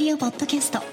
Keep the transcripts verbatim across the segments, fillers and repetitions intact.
ディオポッドキャスト。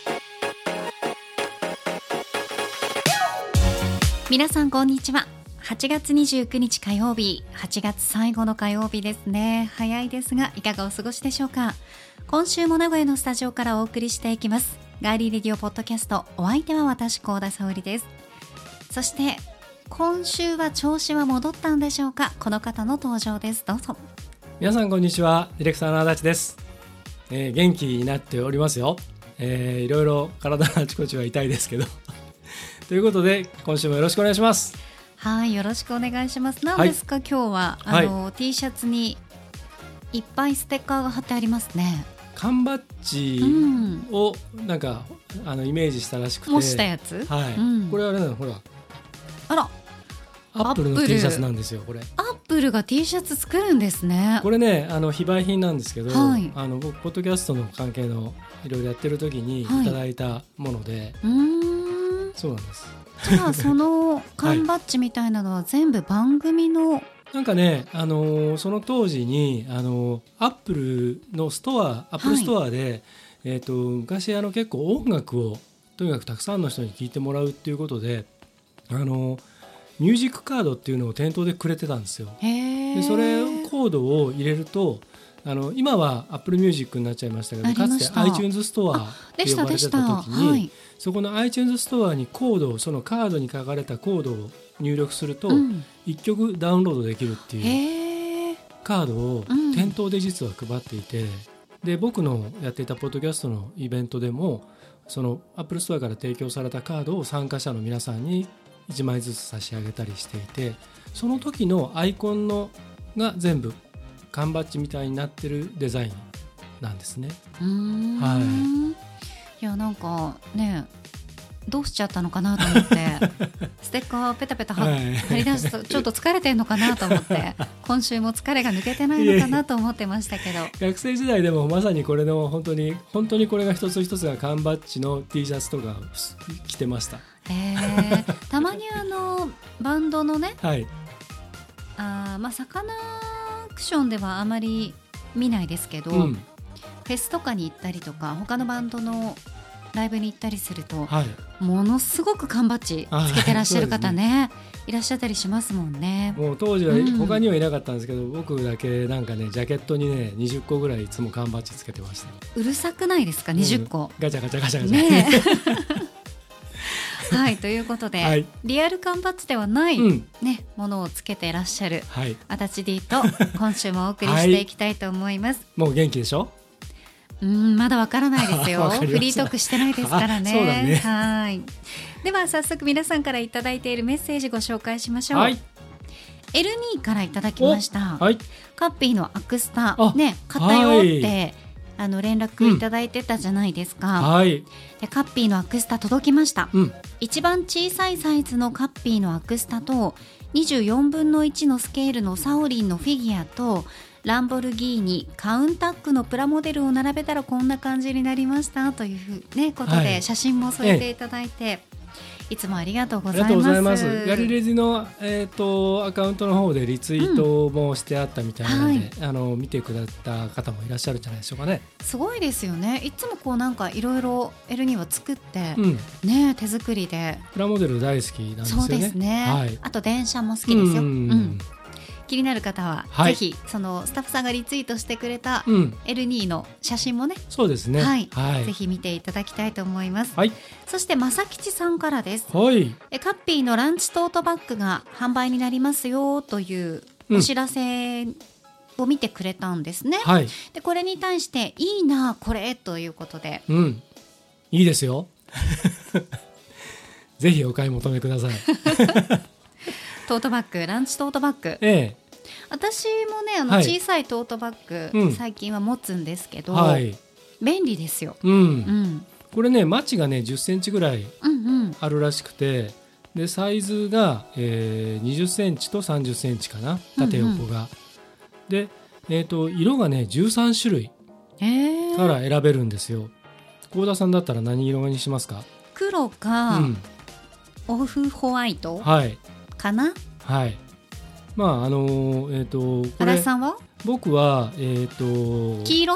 皆さんこんにちは。はちがつにじゅうくにち火曜日、はちがつ最後の火曜日ですね。早いですがいかがお過ごしでしょうか。今週も名古屋のスタジオからお送りしていきます。ガーリーレディオポッドキャスト、お相手は私高田沙織です。そして今週は調子は戻ったんでしょうか。この方の登場です。どうぞ。 皆さんこんにちは。ディレクターの足立です、えー、元気になっておりますよ、えー、いろいろ体のあちこちは痛いですけどということで今週もよろしくお願いします。 はい、よろしくお願いします。何ですか、はい、今日はあの、はい、T シャツにいっぱいステッカーが貼ってありますね。 缶バッジをなんか、うん、あのイメージしたらしくて、 模したやつ、 はい、うん、これあれなの、ほらあらアップルの T シャツなんですよ。これアップルが T シャツ作るんですね。 これね、あの非売品なんですけど、 はい、 あの僕ポッドキャストの関係のいろいろやってる時にいただいたもので、 はい、うーん、 そうなんです。 じゃあその缶バッジみたいなのは全部番組の、はい、 なんかね、あのー、その当時にあのアップルのストア、アップルストアで、はい、えーと、昔あの結構音楽をとにかくたくさんの人に聴いてもらうっていうことで、あのミュージックカードっていうのを店頭でくれてたんですよ。 へでそれコードを入れると、あの今は Apple Music になっちゃいましたけど、かつて iTunes ストアって呼ばれてた時に、はい、そこの iTunes ストアにコードを、そのカードに書かれたコードを入力すると、うん、いっきょくダウンロードできるっていうカードを店頭で実は配っていて、うん、で僕のやっていたポッドキャストのイベントでもその Apple ストアから提供されたカードを参加者の皆さんにいちまいずつ差し上げたりしていて、その時のアイコンのが全部缶バッジみたいになってるデザインなんですね。 うーん、はい、いやなんかね、どうしちゃったのかなと思ってステッカーペタペタ貼り出すとちょっと疲れてんのかなと思って今週も疲れが抜けてないのかなと思ってましたけど学生時代でもまさにこれの本当に本当にこれが一つ一つが缶バッジの T シャツとか着てました。 えー、たまにあのバンドのね、 はい、 あ、まあ、サカナクションではあまり見ないですけど、うん、フェスとかに行ったりとか他のバンドのライブに行ったりすると、はい、ものすごく缶バッジつけてらっしゃる方 ね, ねいらっしゃったりしますもんね。 もう当時は他にはいなかったんですけど、うん、僕だけなんかねジャケットにねにじゅっこぐらいいつも缶バッジつけてました。 うるさくないですか、にじゅっこ、 うん、ガチャガチャガチャガチャ、 ねはい、ということで、はい、リアル缶バッジではない、うんね、ものをつけていらっしゃる、はい、足立 D と今週もお送りしていきたいと思います。はい、 もう元気でしょ。 うん、まだわからないですよフリートークしてないですからね。 そうだね。 はい、では早速皆さんからいただいているメッセージご紹介しましょう。はい、エルニー からいただきました。はい、カッピーのアクスタ、ね、買ったよって、はい、あの連絡いただいてたじゃないですか。うん、はい、でカッピーのアクスタ届きました。うん、一番小さいサイズのカッピーのアクスタとにじゅうよんぶんのいちのスケールのサオリンのフィギュアとランボルギーニカウンタックのプラモデルを並べたらこんな感じになりましたという、ね、ことで、はい、写真も添えていただいて、ええ、いつもありがとうございます。ありがとうございます。 ガリレジの、えー、とアカウントの方でリツイートもしてあったみたいなので、うん、はい、あの見てくださった方もいらっしゃるんじゃないでしょうかね。 すごいですよね。いつもこうなんかいろいろ エルニー は作って、うんね、手作りでプラモデル大好きなんですよね。 そうですね、はい、あと電車も好きですよ。うん、うん、気になる方は、はい、ぜひそのスタッフさんがリツイートしてくれた エルニー の写真もね、 そうですね、 はいはい、ぜひ見ていただきたいと思います。はい、そして正吉さんからです。 はい、 えカッピーのランチトートバッグが販売になりますよというお知らせを見てくれたんですね。はい、でこれに対していいなこれということで、 うん、いいですよぜひお買い求めくださいトートバッグ、ランチトートバッグ、 ええ、 私もねあの小さいトートバッグ、はい、最近は持つんですけど、はい、便利ですよ。 うんうん、これねマチがねじゅっセンチぐらいあるらしくて、うんうん、でサイズが、えー、にじゅっセンチとさんじゅっセンチかな、縦横が、うんうん、で、えーと、色がねじゅうさんしゅるいから選べるんですよ。幸田さんだったら何色にしますか？ 黒か、うん、オフホワイト、はい、かな。 はい、まああのー、えっ、ー、とこれさんは？ 僕はえっ、ー、と黄色ね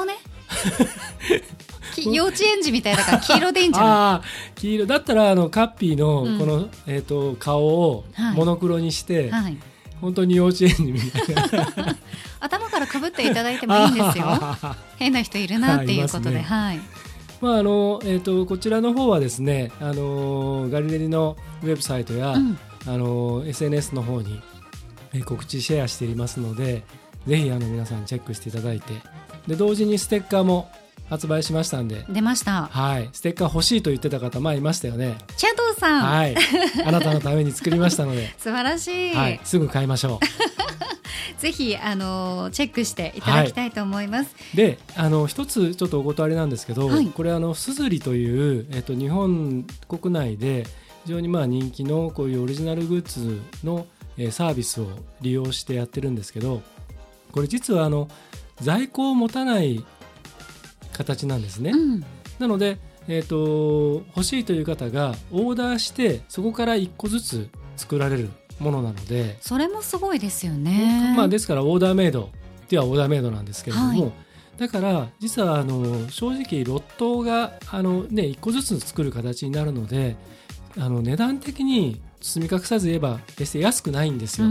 幼稚園児みたいだから黄色でいいんじゃない？あ黄色だったらあのカッピーのこの、うんえー、と顔をモノクロにして、はいはい、本当に幼稚園児みたいな頭からかぶっていただいてもいいんですよ変な人いるなっていうことで、はいまああのえー、とこちらの方はですね、あのガリレディのウェブサイトや、うんあの エスエヌエス の方に告知シェアしていますので、ぜひあの皆さんチェックしていただいて、で同時にステッカーも発売しましたんで。 出ました、 はい、ステッカー欲しいと言ってた方前いましたよね。 チャドーさん、 はい、あなたのために作りましたので素晴らしい、 はい、すぐ買いましょうぜひあのチェックしていただきたいと思います、 はい、であの一つちょっとお断りなんですけど、はい、これあのすずりという、えっと、日本国内で非常にまあ人気のこういうオリジナルグッズのサービスを利用してやってるんですけど、これ実はあの在庫を持たない形なんですね、うん、なので、えーと、欲しいという方がオーダーしてそこからいっこずつ作られるものなので、 それもすごいですよね、 まあ、ですからオーダーメイドではオーダーメイドなんですけれども、はい、だから実はあの正直ロットがあの、ね、いっこずつ作る形になるので、あの値段的に包み隠さず言えば決して安くないんですよ、うん、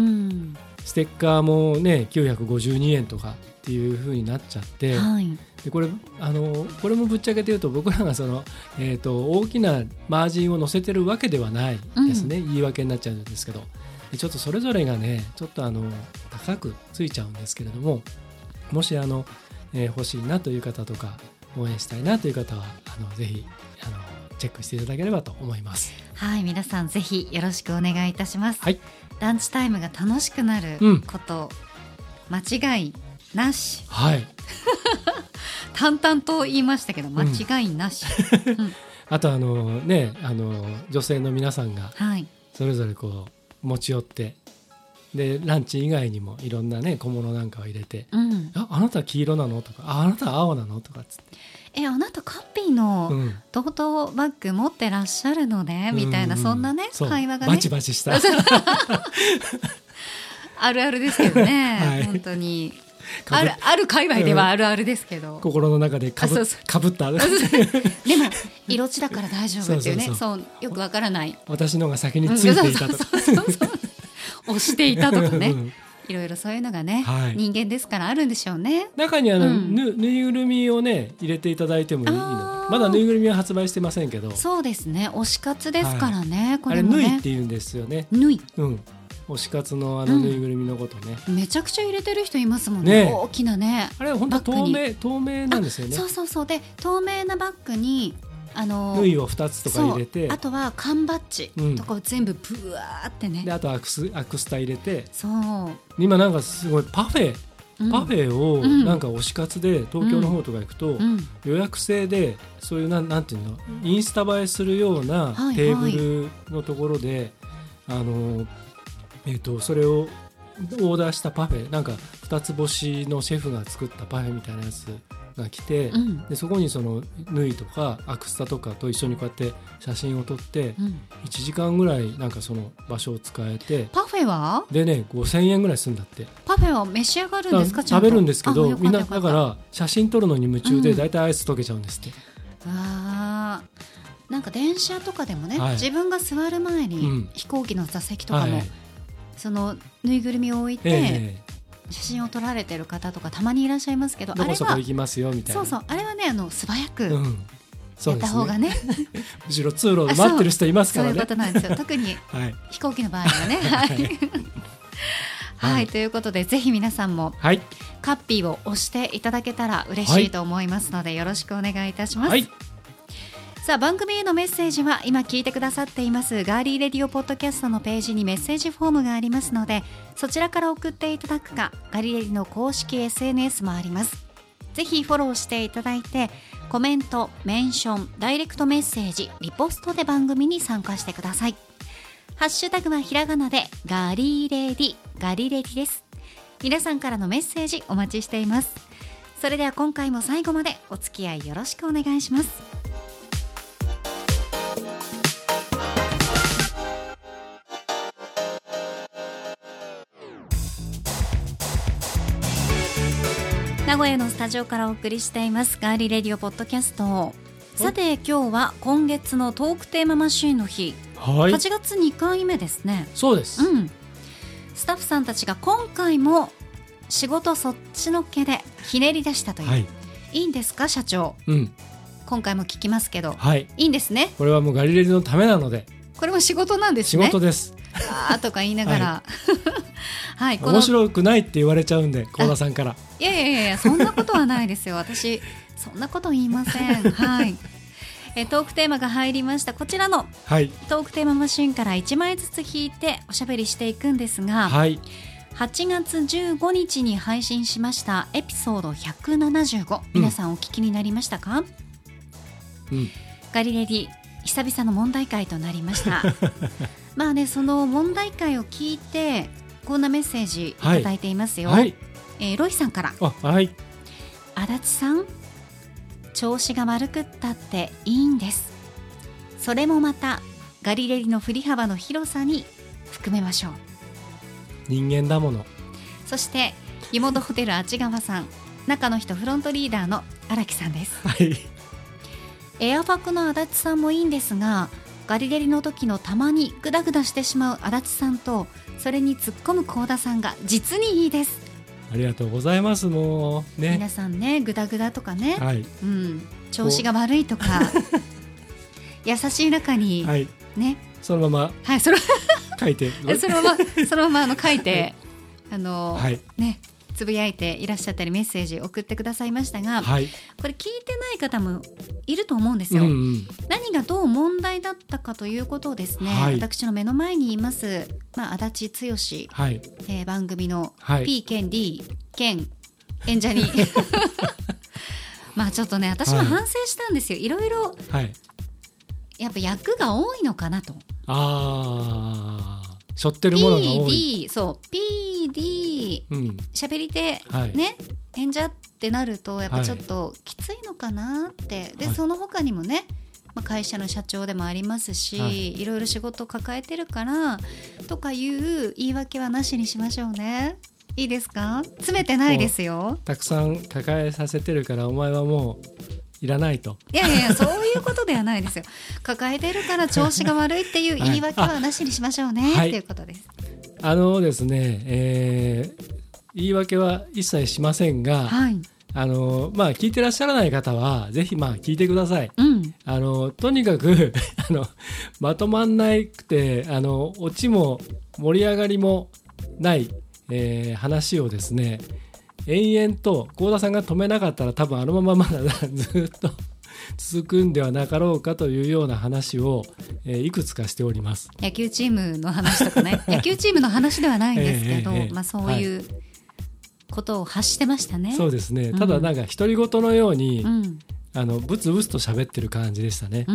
ステッカーもねきゅうひゃくごじゅうにえんとかっていう風になっちゃって、はい、でこれあのこれもぶっちゃけて言うと僕らがその、えーと、大きなマージンを乗せてるわけではないですね、うん、言い訳になっちゃうんですけど、ちょっとそれぞれがねちょっとあの高くついちゃうんですけれども、もしあの、えー、欲しいなという方とか応援したいなという方はあのぜひあのチェックしていただければと思います。 はい、皆さんぜひよろしくお願いいたします、 はい、 ランチタイムが楽しくなること、うん、間違いなし、 はい、 淡々と言いましたけど間違いなし、うんうん、 あとあの、ね、あの女性の皆さんがそれぞれこう持ち寄って、でランチ以外にもいろんな、ね、小物なんかを入れて、うん、あ, あなた黄色なのとか あ, あなた青なのとかつってえあなたカッピーのトートバッグ持ってらっしゃるのね、うん、みたいな、そんなね会話がねバチバチしたあるあるですけどね、はい、本当にある、ある界隈ではあるあるですけど、 うん、心の中でか ぶ, かぶったでも色地だから大丈夫っていうね、そうそうそう、そうよくわからない私のが先についていたとか押していたとかね、うんいろいろそういうのがね、はい、人間ですからあるんでしょうね。 中にあの、うん、ぬ, ぬいぐるみをね入れていただいてもいいの。まだぬいぐるみは発売してませんけど。 そうですね、推し活ですからね、はい、これもねあれぬいって言うんですよね。 ぬい、 うん、推し活のあのぬいぐるみのことね、 うん、めちゃくちゃ入れてる人いますもんね、ね大きなねあれは本当透明透明なんですよね。 そうそうそう、で透明なバッグにあの縫いをふたつとか入れて、 あとは缶バッジとかを全部ブワーってね、うん、 であとアクス、アクスタ入れて、 そう今なんかすごいパフェ、うん、パフェをなんか推し活で東京の方とか行くと、うん、予約制でそういうな ん, なんていうのインスタ映えするようなテーブルのところで、はいはい、あのえーとそれをオーダーしたパフェ、なんかふたつ星のシェフが作ったパフェみたいなやつが来て、うん、でそこにその縫いとかアクスタとかと一緒にこうやって写真を撮って、うん、いちじかんぐらいなんかその場所を使えて、 パフェはでねごせんえんぐらいするんだって。 パフェは召し上がるんですか？ 食べるんですけど、みんなだから写真撮るのに夢中でだいたいアイス溶けちゃうんですって、 うん、わー、なんか電車とかでもね、はい、自分が座る前に、うん、飛行機の座席とかも、はい、そのぬいぐるみを置いて、えー写真を撮られてる方とかたまにいらっしゃいますけど、 どこそこ行きますよみたいな、 そうそう、あれはねあの素早くやった方がね、うん、ねむしろ通路で待ってる人いますからね。 そういうことなんですよ特に飛行機の場合はねはい、はいはい、ということでぜひ皆さんも、はい、カッピーを押していただけたら嬉しいと思いますので、はい、よろしくお願いいたします、はい。さあ番組へのメッセージは今聞いてくださっていますガーリーレディオポッドキャストのページにメッセージフォームがありますので、そちらから送っていただくか、ガリレディの公式 エスエヌエス もあります。ぜひフォローしていただいて、コメント、メンション、ダイレクトメッセージ、リポストで番組に参加してください。ハッシュタグはひらがなでガリレディ、ガリレディです。皆さんからのメッセージお待ちしています。それでは今回も最後までお付き合いよろしくお願いします。 名古屋のスタジオからお送りしていますガーリーレディオポッドキャスト。さて今日は今月のトークテーママシーンの日、はい、はちがつにかいめですね。 そうです、 うん、スタッフさんたちが今回も仕事そっちのけでひねり出したという、はい、いいんですか社長、うん、今回も聞きますけど、はい、いいんですね。 これはもうガリレディのためなので。 これも仕事なんですね。 仕事です。 あーとか言いながら、はいはい、 面白くないって言われちゃうんで幸田さんから。 いやいやいやそんなことはないですよ私そんなこと言いません、はい、えトークテーマが入りました。こちらのトークテーママシンからいちまいずつ引いておしゃべりしていくんですが、はい、はちがつじゅうごにちに配信しましたエピソードひゃくななじゅうご、うん、皆さんお聞きになりましたか？うん、ガリレディ久々の問題会となりましたまあね、その問題会を聞いてこんなメッセージいただいていますよ、はいはい、えー、ロイさんから。あ、はい、足立さん調子が悪くったっていいんです。それもまたガリレディの振り幅の広さに含めましょう。 人間だもの。 そして湯本ホテルあちがわさん、中の人フロントリーダーの荒木さんです、はい、エアファクの足立さんもいいんですが、ガリレディの時のたまにグダグダしてしまう足立さんとそれに突っ込む幸田さんが実にいいです。 ありがとうございます。もう、ね、 皆さんねグダグダとかね、はい、うん、調子が悪いとか優しい中に、はい、ね、 そのまま、 はい、その書いてそのままそのままあの書いてあの、はい、ね、つぶやいていらっしゃったりメッセージ送ってくださいましたが、はい、これ聞いてない方もいると思うんですよ、うんうん、何がどう問題だったかということをですね、はい、私の目の前にいます、まあ、足立剛、はい、えー、番組の P 兼 D 兼演者にまあちょっとね私も反省したんですよ、はい、いろいろ、はい、やっぱ役が多いのかなと。 あー、背負ってるものが多い。 ピーディー そう ピーディー 喋、うん、り手、はい、ね、演者ってなるとやっぱちょっときついのかなって、で、はい、その他にもね、まあ、会社の社長でもありますし、はい、いろいろ仕事を抱えてるからとかいう言い訳はなしにしましょうね。いいですか？詰めてないですよ。 たくさん抱えさせてるからお前はもういらないと。 いやいやそういうことではないですよ抱えてるから調子が悪いっていう言い訳はなしにしましょうね、はい、っていうことです。 あのですね、えー、言い訳は一切しませんが、はい、あのまあ、聞いてらっしゃらない方はぜひまあ聞いてください、うん、あのとにかくあのまとまんなくてあのオチも盛り上がりもない、えー、話をですね延々と幸田さんが止めなかったら多分あのまままだずっと続くんではなかろうかというような話を、えー、いくつかしております。 野球チームの話とかね野球チームの話ではないんですけど、えーえーまあ、そういうことを発してましたね、はい、 そうですね。ただなんか独り言のように、うん、あのブツブツと喋ってる感じでしたね、うん、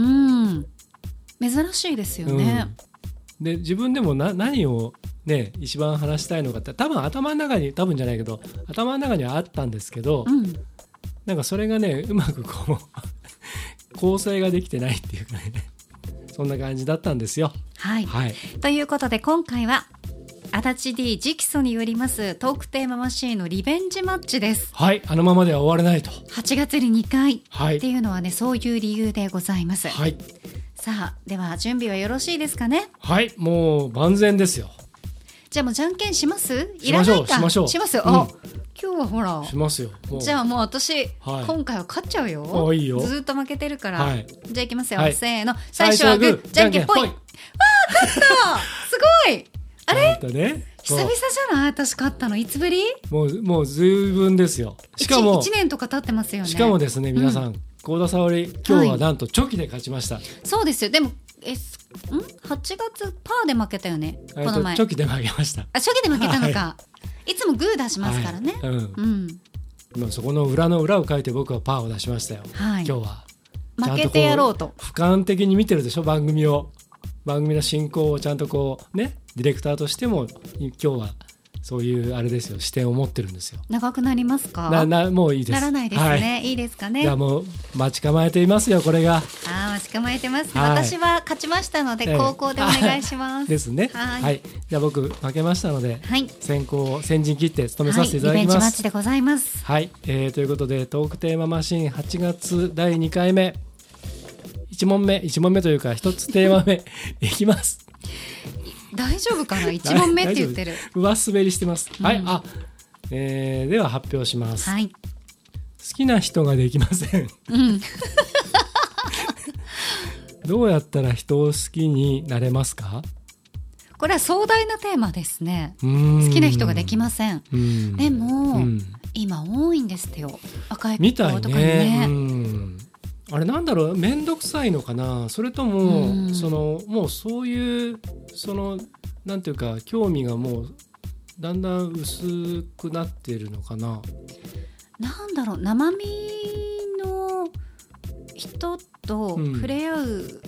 珍しいですよね、 うん、で自分でもな何をね、一番話したいのかって多分頭の中に多分じゃないけど頭の中にはあったんですけど、うん、なんかそれがねうまくこう構成ができてないっていうかねそんな感じだったんですよ、 はいはい、ということで今回は足立 D 直訴によりますトークテーママシーンのリベンジマッチです。 はい、あのままでは終われないと。 はちがつににかい、はい、っていうのはねそういう理由でございます、はい、さあでは準備はよろしいですかね？ はい、もう万全ですよ。 じゃあもうじゃんけんします？ しましょうしましょうしますよ、うん、あ今日はほらしますよ。 じゃあもう私、はい、今回は勝っちゃうよ。いいよずっと負けてるから、はい、じゃあいきますよ、はい、せーの最初はグーじゃんけんぽい。わー勝ったすごいあれ、ね、久々じゃない私勝ったのいつぶり？ もうもうずいぶんですよ。しかもいち, いちねんとか経ってますよね。 しかもですね皆さん、幸、うん、田沙織今日はなんとチョキで勝ちました、はい、 そうですよ。でもえんはちがつパーで負けたよねこの前。 チョキで負けました。 あチョキで負けたのか、はい、いつもグー出しますからね、はい、うんうん、そこの裏の裏を書いて僕はパーを出しましたよ、はい、今日は負けてやろうと俯瞰的に見てるでしょ番組を。番組の進行をちゃんとこうねディレクターとしても今日はそういうあれですよ視点を持ってるんですよ。 長くなりますか？ ななもういいです。 ならないですね、はい、いいですかね。 じゃあもう待ち構えていますよこれが。 あ待ち構えてますね、 はい、 私は勝ちましたので後攻でお願いします、 ええ、ですね。はい、はい、じゃあ僕負けましたので、はい、先行先陣切って務めさせていただきます、 はい、リベンジマッチでございます。 はい、えー、ということでトークテーママシーンはちがつだいにかいめ、いち問目いち問目というかひとつテーマ目いきます。 大丈夫かな、いち問目って言ってる上滑りしてます、うん、はい、あ、えー、では発表します、はい、好きな人ができません、うん、どうやったら人を好きになれますか。 これは壮大なテーマですね。好きな人ができません。んでも、うん、今多いんですよ、若い子とかにね。 うんあれなんだろう、めんどくさいのかな、それともそのもうそういうそのなんていうか興味がもうだんだん薄くなっているのかな。 なんだろう、生身の人と触れ合う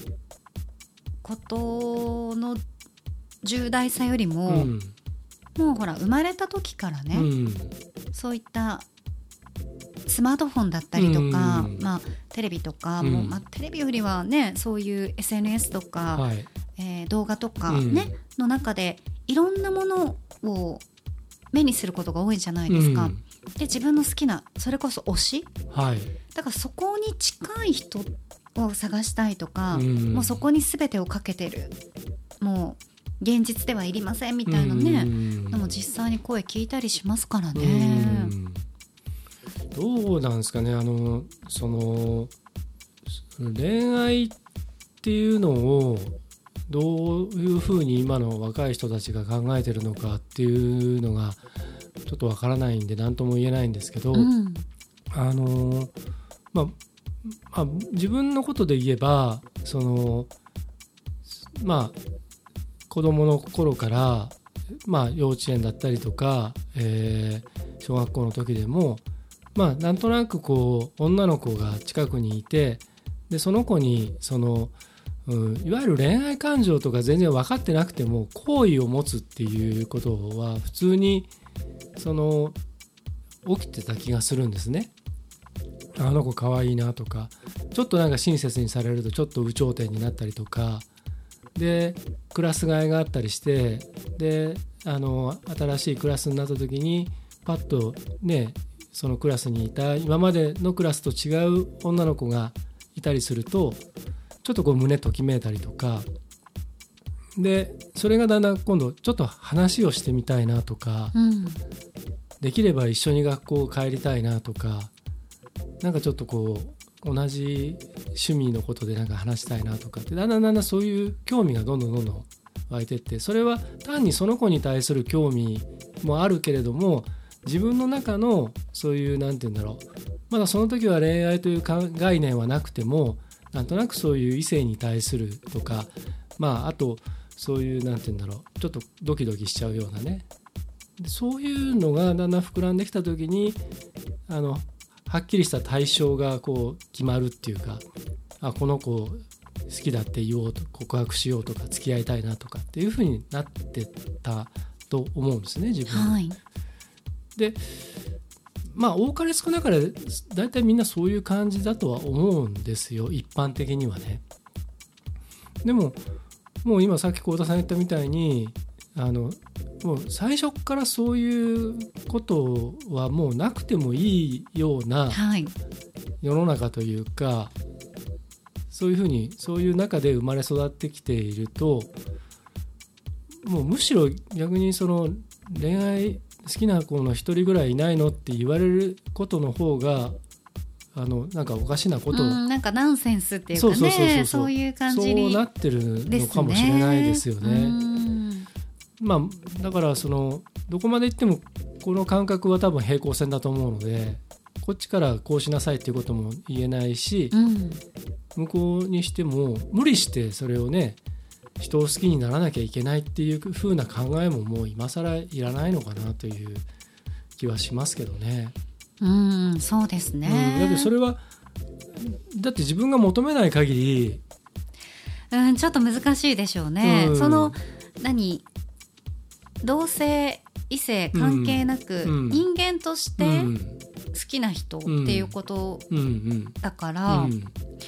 ことの重大さよりも、うん、もうほら生まれた時からね、うん、そういったスマートフォンだったりとか、うんまあ、テレビとかも、うんまあ、テレビよりはねそういう エスエヌエス とか、はいえー、動画とか、ねうん、の中でいろんなものを目にすることが多いじゃないですか、うん、で自分の好きなそれこそ推し、はい、だからそこに近い人を探したいとか、うん、もうそこに全てをかけてる、もう現実ではいりませんみたいなね、うん、でも実際に声聞いたりしますからね、うんどうなんですかね、あのその恋愛っていうのをどういうふうに今の若い人たちが考えてるのかっていうのがちょっとわからないんで何とも言えないんですけど、うん、あのまあ、まあ自分のことで言えばそのまあ子供の頃からまあ幼稚園だったりとか、えー、小学校の時でもまあ、なんとなくこう女の子が近くにいてでその子にその、うん、いわゆる恋愛感情とか全然分かってなくても好意を持つっていうことは普通にその起きてた気がするんですね。あの子可愛いなとかちょっとなんか親切にされるとちょっと有頂天になったりとかでクラス替えがあったりしてであの新しいクラスになった時にパッとねそのクラスにいた今までのクラスと違う女の子がいたりするとちょっとこう胸ときめいたりとかでそれがだんだん今度ちょっと話をしてみたいなとか、うん、できれば一緒に学校帰りたいなとかなんかちょっとこう同じ趣味のことでなんか話したいなとかってだんだんだんだんそういう興味がどんどんどんどん湧いてってそれは単にその子に対する興味もあるけれども自分の中のそういうなんて言うんだろうまだその時は恋愛という概念はなくてもなんとなくそういう異性に対するとかまああとそういうなんて言うんだろうちょっとドキドキしちゃうようなねでそういうのがだんだん膨らんできた時にあのはっきりした対象がこう決まるっていうかあこの子好きだって言おうと告白しようとか付き合いたいなとかっていう風になってたと思うんですね自分、はいでまあ多かれ少なかれだいたいみんなそういう感じだとは思うんですよ一般的にはね。でももう今さっき幸田さん言ったみたいにあのもう最初からそういうことはもうなくてもいいような世の中というか、はい、そういうふうにそういう中で生まれ育ってきているともうむしろ逆にその恋愛好きな子の一人ぐらいいないのって言われることの方があのなんかおかしなこと、うん、 なんかナンセンスっていうかねそうそうそうそうそういう感じにそうなってるのかもしれないですよね。うんまあだからそのどこまで行ってもこの感覚は多分平行線だと思うのでこっちからこうしなさいっていうことも言えないし、うん、向こうにしても無理してそれをね人を好きにならなきゃいけないっていう風な考えももう今更いらないのかなという気はしますけどね。 うんそうですね、 うん、だってそれはだって自分が求めない限りうんちょっと難しいでしょうね、うん、その何同性異性関係なく、うん、人間として好きな人っていうことだから、うんうんうん、好き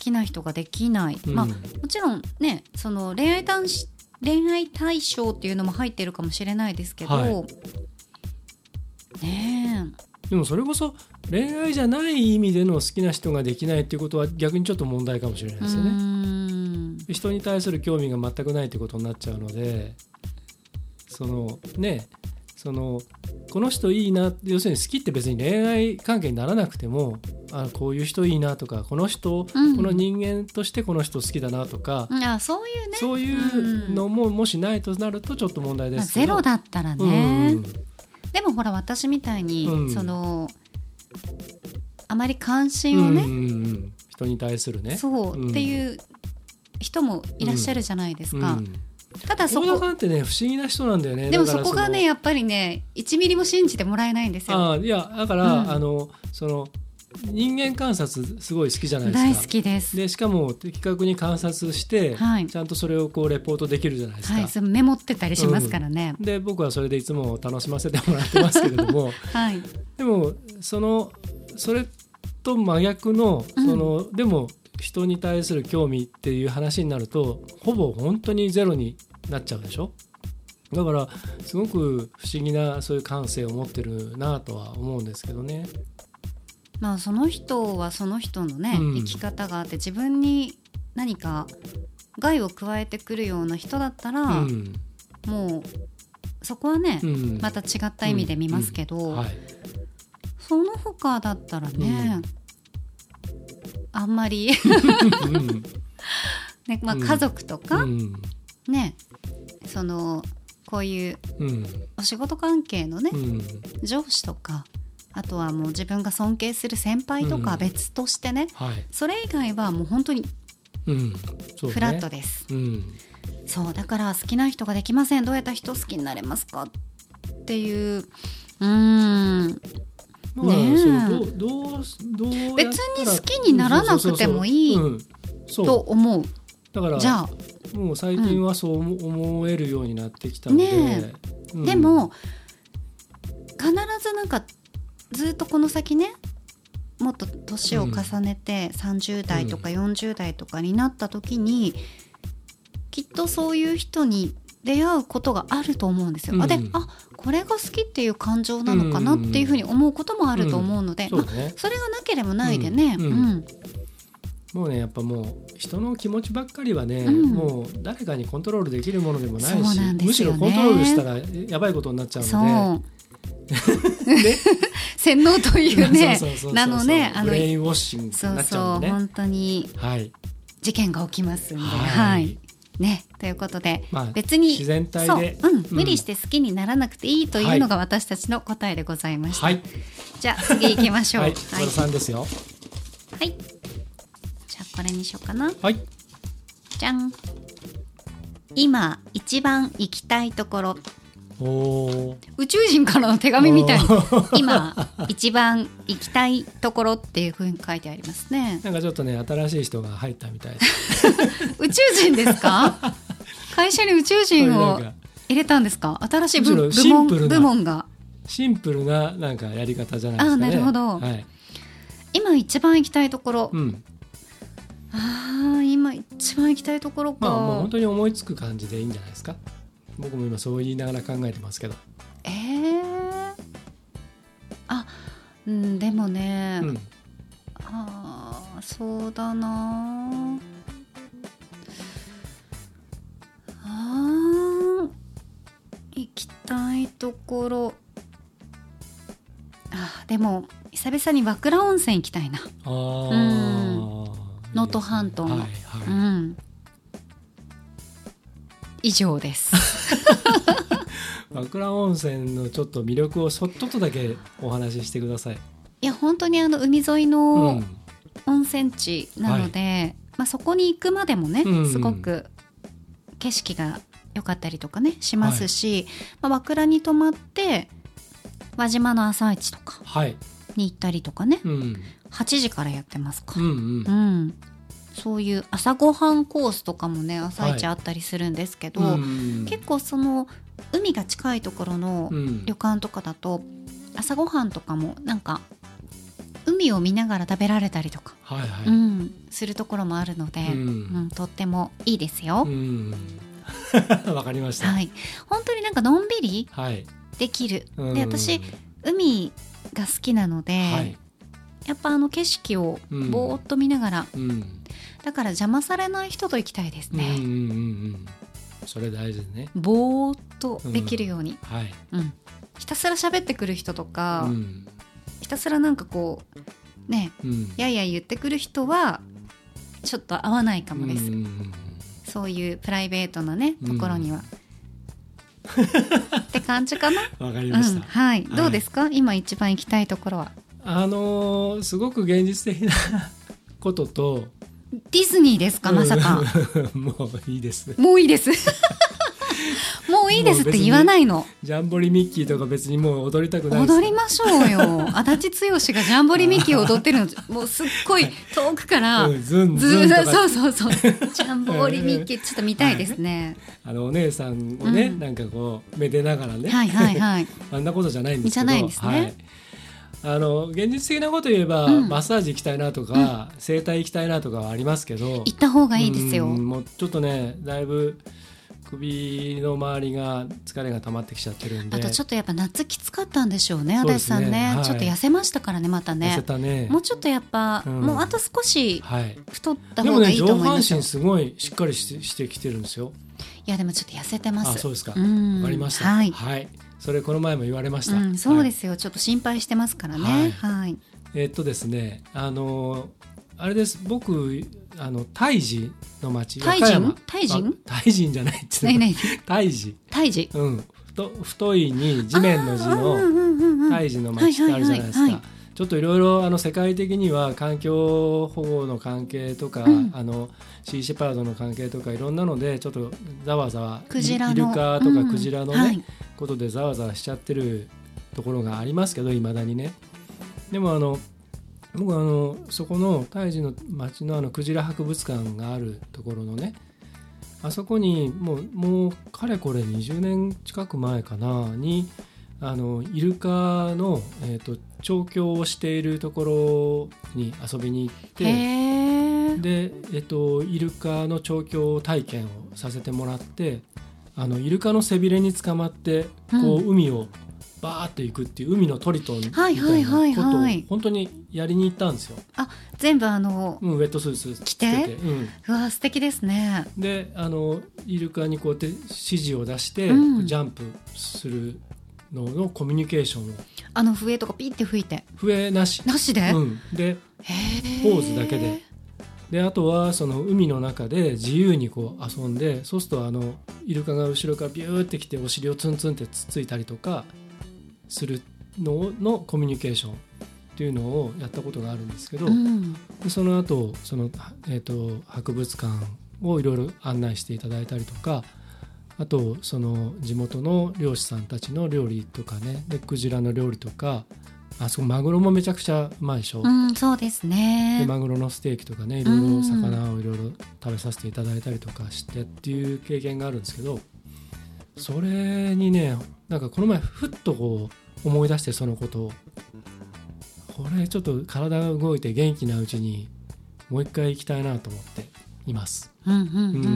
きな人ができない、うん、まあ、もちろんねその恋愛対恋愛対象っていうのも入ってるかもしれないですけど、はい、ねえでもそれこそ恋愛じゃない意味での好きな人ができないっていうことは逆にちょっと問題かもしれないですよね。うーん、人に対する興味が全くないってことになっちゃうので、そのねそのこの人いいな、要するに好きって別に恋愛関係にならなくても、あこういう人いいなとか、この人、うん、この人間としてこの人好きだなとか、 あそういうね、 そういうのももしないとなるとちょっと問題ですけど、 ゼロだったらね、うん、でもほら私みたいに、うん、そのあまり関心をね、うんうんうん、 人に対するねそう、うん、っていう人もいらっしゃるじゃないですか、うんうん、ただそこ大田さんってね不思議な人なんだよね。 でもそこがねやっぱりねいちミリも信じてもらえないんですよ。 あいやだから、うん、あのその人間観察すごい好きじゃないですか。 大好きです。 でしかも的確に観察して、はい、ちゃんとそれをこうレポートできるじゃないですか、はい、 それメモってたりしますからね、 うん、で僕はそれでいつも楽しませてもらってますけれども、はい、でもそのそれと真逆の、その、うん、でも人に対する興味っていう話になるとほぼ本当にゼロになっちゃうでしょ。だからすごく不思議なそういう感性を持ってるなとは思うんですけどね。 まあその人はその人のね、うん、生き方があって自分に何か害を加えてくるような人だったら、うん、もうそこはね、うん、また違った意味で見ますけど、うんうんはい、その他だったらね、あんまり、ねまあ、家族とか、うんね、そのこういうお仕事関係のね、うん、上司とかあとはもう自分が尊敬する先輩とか別としてね、うんはい、それ以外はもう本当にフラットです、うんそうねうん、そうだから好きな人ができません、どうやったら人好きになれますかっていう、うーんねえどうどうどう別に好きにならなくてもいいと思う。 だからじゃあもう最近はそう思えるようになってきたので、ねうん、でも必ずなんかずっとこの先ねもっと年を重ねてさんじゅう代とかよんじゅう代とかになった時に、うん、きっとそういう人に出会うことがあると思うんですよ、うん、あであこれが好きっていう感情なのかなっていうふうに思うこともあると思うので、うんうんそねまあ、それがなければないでね、うんうんうんもうねやっぱもう人の気持ちばっかりはね、うん、もう誰かにコントロールできるものでもないし、ね、むしろコントロールしたらやばいことになっちゃうのでね、 洗脳というねなのねブレインウォッシングになっちゃうんでねそうそう本当に事件が起きますんで、はいはいね、ということで、まあ、別に自然体でそう、うん、無理して好きにならなくていいというのが私たちの答えでございました、はい、じゃあ次行きましょう。 はい、和田さんですよ。 はいじゃあこれにしようかな。 はいじゃん今一番行きたいところ。 お宇宙人からの手紙みたいに今一番行きたいところっていう風に書いてありますね。 なんかちょっとね新しい人が入ったみたい宇宙人ですか会社に宇宙人を入れたんですか。新しい 部, 部, 門部門がシンプルななんかやり方じゃないですかね。 あなるほど、はい、今一番行きたいところ、うん、あ今一番行きたいところか、 まあ、もう本当に思いつく感じでいいんじゃないですか。僕も今そう言いながら考えてますけど。 えー、あ、うん、でもね、うん、あそうだなあ行きたいところあでも久々に和倉温泉行きたいな。あ能登半島の、はいはいうん、以上です和倉温泉のちょっと魅力をちょっとだけお話ししてください。 いや本当にあの海沿いの温泉地なので、うんはいまあ、そこに行くまでもね、うん、すごく景色が良かったりとかねしますし、はいまあ、和倉に泊まって輪島の朝市とかに行ったりとかね、はいうん、はちじからやってますから、うんうんうん、そういう朝ごはんコースとかもね朝市あったりするんですけど、はい、結構その海が近いところの旅館とかだと、うん、朝ごはんとかもなんか海海を見ながら食べられたりとか、 はいはい、 うん、するところもあるので、うんうん、とってもいいですよ。 わかりました、 はい、本当になんかのんびりできる、はい、で私海が好きなので、はい、やっぱあの景色をぼーっと見ながら、うんうん、だから邪魔されない人と行きたいですね。うんうんうんうん、 それ大事ですね。 ぼーっとできるように、 うん、はい、 うん、ひたすら喋ってくる人とか、うん、ひたすらなんかこうね、うん、やいやい言ってくる人はちょっと合わないかもです、うんうんうん、そういうプライベートなねところには、うん、って感じかな。 わかりました、 うん、はい、どうですか、はい、今一番行きたいところは。 あのー、すごく現実的なことと、 ディズニーですか、まさか。 もういいですもういいですもういいですって言わないの。 ジャンボリミッキーとか別にもう踊りたくないです。 踊りましょうよ。足立剛がジャンボリミッキーを踊ってるのもうすっごい遠くから、うん、ズンズンとかそうそうそうジャンボリミッキーちょっと見たいですね、 はい、あのお姉さんをね、うん、なんかこうめでながらね、 はいはいはい、 あんなことじゃないんですけど、 じゃないですね、はい、 あの現実的なこと言えば、うん、マッサージ行きたいなとか、うん、整体行きたいなとかはありますけど、 行った方がいいですよ。 うん、もうちょっとねだいぶ首の周りが疲れが溜まってきちゃってるんで、 あとちょっとやっぱ夏きつかったんでしょうね、足立さんね、はい、ちょっと痩せましたからね、またね、 痩せたね。 もうちょっとやっぱ、うん、もうあと少し太った方がいいと思いますよ。 でもね上半身すごいしっかりして、してきてるんですよ。 いやでもちょっと痩せてます。 あ、そうですか、わかりました、はい、はい、それこの前も言われました、 うん、そうですよ、はい、ちょっと心配してますからね、はいはい、 えー、っとですねあのあれです、僕あの胎児の町、 胎人胎人胎人じゃないっていうの胎児胎児、 うん、太, 太いに地面の字の胎児の町ってあるじゃないですか。ちょっといろいろ世界的には環境保護の関係とか、うん、あのシーシェパードの関係とかいろんなのでちょっとざわざわイルカとかクジラの、ね、うんはい、ことでざわざわしちゃってるところがありますけど、いまだにね。でもあの僕はあのそこの胎児の町のあのクジラ博物館があるところのね、あそこにもう、もうかれこれにじゅうねん近く前かなにあのイルカの、えーと、調教をしているところに遊びに行って、で、えーと、イルカの調教体験をさせてもらって、あのイルカの背びれに捕まってこう、うん、海をバーっていくっていう海のトリトンみたいなことを本当にやりに行ったんですよ。 あ、全部あの、 うん、ウェットスーツ着て、うん、 うわ素敵ですね。 であのイルカにこうやって指示を出して、うん、ジャンプするののコミュニケーションを、 あの笛とかピッて吹いて、 笛なしなしで、 うん、でポーズだけで、であとはその海の中で自由にこう遊んで、そうするとあのイルカが後ろからビューってきてお尻をツンツンってつっついたりとかするののコミュニケーションっていうのをやったことがあるんですけど、うん、でその後その、えーと、博物館をいろいろ案内していただいたりとか、あとその地元の漁師さんたちの料理とかね、でクジラの料理とか、あそこマグロもめちゃくちゃうまいでしょ、 うん、そうですね。 でマグロのステーキとかね、いろいろ魚をいろいろ食べさせていただいたりとかしてっていう経験があるんですけど、それにねなんかこの前ふっとこう思い出して、そのことをこれちょっと体が動いて元気なうちにもう一回行きたいなと思っています、 うんうんうんうん、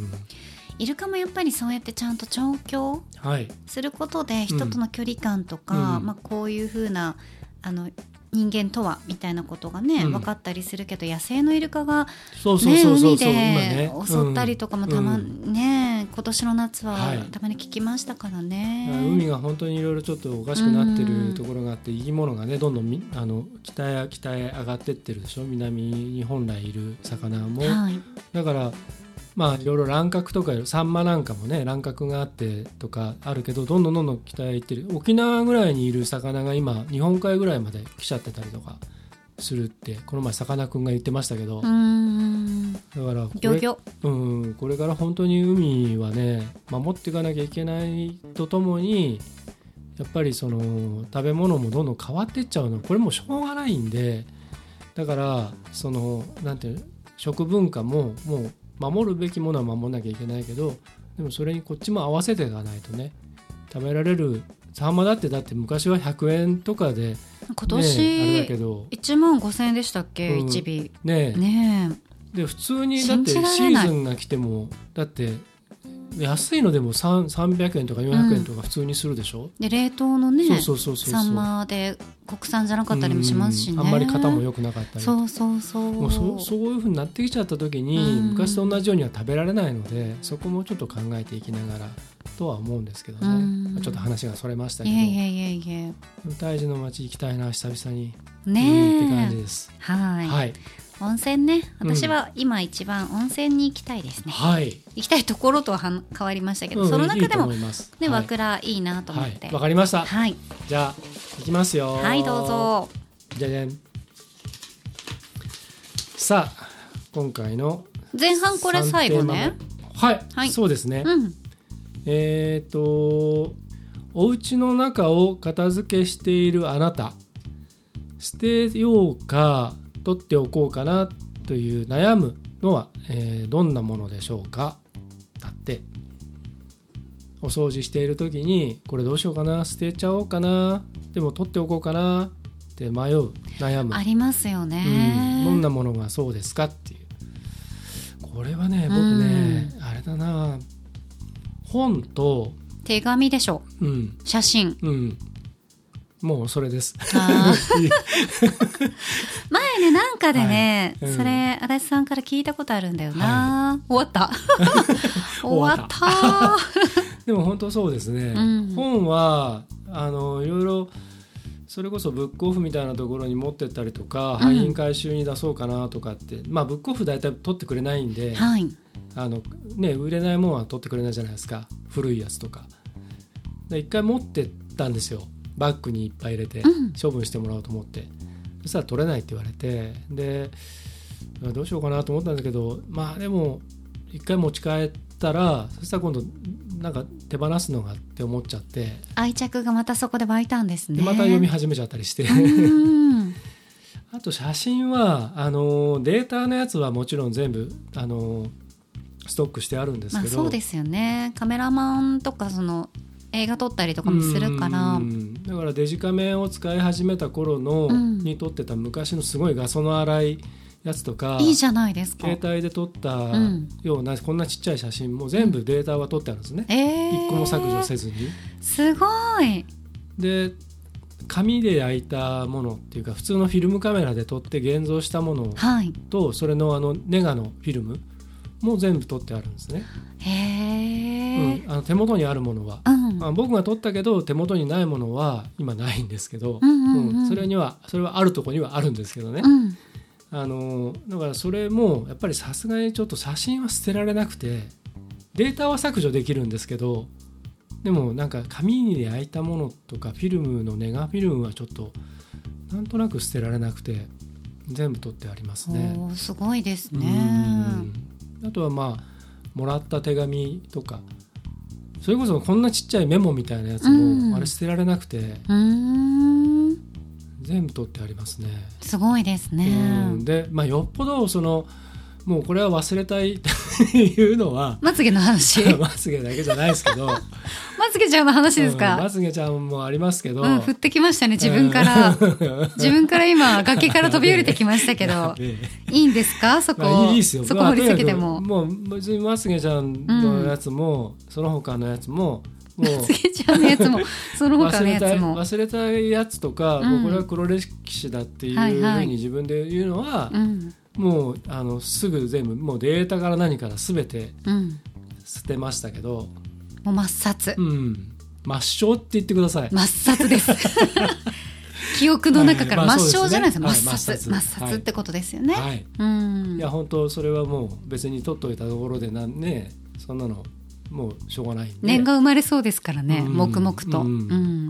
イルカもやっぱりそうやってちゃんと調教することで人との距離感とか、うんまあ、こういう風なあの人間とはみたいなことがね、うん、分かったりするけど、野生のイルカが、ね、海で襲ったりとかもたま、うん、ね今年の夏はたまに聞きましたからね、 はい、海が本当にいろいろちょっとおかしくなってるところがあって、うん、生き物がねどんどんあの北へ北へ上がってってるでしょ、南に本来いる魚も、はい、だからまあいろいろ乱獲とかサンマなんかもね乱獲があってとかあるけど、どんどんどんどん北へ行ってる。沖縄ぐらいにいる魚が今日本海ぐらいまで来ちゃってたりとかするってこの前さかなクンが言ってましたけど、うーんだからこれ、 ギョギョ、 うん、これから本当に海はね守っていかなきゃいけないとともに、やっぱりその食べ物もどんどん変わっていっちゃうの、これもしょうがないんで、だからそのなんていう食文化ももう守るべきものは守らなきゃいけないけど、でもそれにこっちも合わせていかないとね、食べられるサンマだってだって昔はひゃくえんとかで今年、ね、 あれだけどいちまんごせんえんでしたっけ、うん、いちびねえねえで普通にだってシーズンが来てもだって安いのでもさんびゃくえんとかよんひゃくえんとか普通にするでしょ、うん、 で冷凍のねそうそうそうそうサンマで国産じゃなかったりもしますしね、 あんまり型も良くなかったりそうそうそうもう そ, そういう風になってきちゃった時に、うん、昔と同じようには食べられないのでそこもちょっと考えていきながらとは思うんですけどね、うん、ちょっと話がそれましたけど、いやいやいやいや大寺の町行きたいな久々にねえ、 うん、って感じです。 はい、はい温泉ね私は今一番温泉に行きたいですね、 はい、 行きたいところとは変わりましたけど、うん、その中でもね和倉いいなと思ってわ、 はい、かりました、 はい、 じゃあ行きますよ。 はいどうぞ。 じゃじゃん。さあ今回の前半これ最後ね。 はい、はい、そうですね、うん、えっ、ー、とお家の中を片付けしているあなた捨てようか取っておこうかなという悩むのは、えー、どんなものでしょうか。だってお掃除している時にこれどうしようかな捨てちゃおうかなでも取っておこうかなって迷う悩むありますよね、 うん、どんなものがそうですかっていうこれはね僕ね、うん、あれだな本と手紙でしょ、うん、写真、 うんもうそれですあ前ねなんかでね、はいうん、それ足立さんから聞いたことあるんだよな、はい、終わった終わったでも本当そうですね、うん、本はあのいろいろそれこそブックオフみたいなところに持ってったりとか、うん、廃品回収に出そうかなとかってまあブックオフ大体取ってくれないんで、はいあのね、売れないものは取ってくれないじゃないですか古いやつとかで一回持ってったんですよバッグにいっぱい入れて処分してもらおうと思って、うん、そしたら取れないって言われてでどうしようかなと思ったんだけどまあでも一回持ち帰ったらそしたら今度なんか手放すのがって思っちゃって愛着がまたそこで湧いたんですね。 でまた読み始めちゃったりしてうんあと写真はあのデータのやつはもちろん全部あのストックしてあるんですけど、 まあ、そうですよねカメラマンとかその映画撮ったりとかもするからだからデジカメを使い始めた頃の、うん、に撮ってた昔のすごい画素の粗いやつとかいいじゃないですか携帯で撮ったような、うん、こんなちっちゃい写真も全部データは撮ってあるんですね、うんえー、一個も削除せずにすごいで紙で焼いたものっていうか普通のフィルムカメラで撮って現像したものと、はい、それのあのネガのフィルムもう全部撮ってあるんですね。 へー、 うん、あの手元にあるものは、うんまあ、僕が撮ったけど手元にないものは今ないんですけど、うんうんうんうん、それにはそれはあるところにはあるんですけどね、うん、あのだからそれもやっぱりさすがにちょっと写真は捨てられなくてデータは削除できるんですけどでもなんか紙に焼いたものとかフィルムのネガフィルムはちょっとなんとなく捨てられなくて全部撮ってありますね。 おすごいですね。 あとはまあもらった手紙とかそれこそこんなちっちゃいメモみたいなやつもあれ捨てられなくて、うん、全部取ってありますね。 すごいですね。 うん、で、まあ、よっぽどそのもうこれは忘れたいっていうのはまつげの話まつげだけじゃないですけどまつげちゃんの話ですか、 うん、まつげちゃんもありますけど、 うん、降ってきましたね自分から、うん、自分から今崖から飛び降りてきましたけどいいんですかそこ、まあ、いいですよそこ掘り下げても、 まあ、もう別にまつげちゃんのやつも、うん、その他のやつももうまつげちゃんのやつもその他のやつも忘れたいやつとか、うん、もうこれは黒歴史だっていうふうに自分で言うのは、はいはいうんもうあのすぐ全部もうデータから何から全て捨てましたけど、 うん、もう抹殺、 うん、抹消って言ってください。 抹殺です記憶の中から抹消じゃないですか、はいまあね、抹殺、はい、抹殺ってことですよね、はいうん、 いや本当それはもう別に取っといたところでなんねそんなのもうしょうがないんで念が生まれそうですからね、うん、黙々と、うんうん、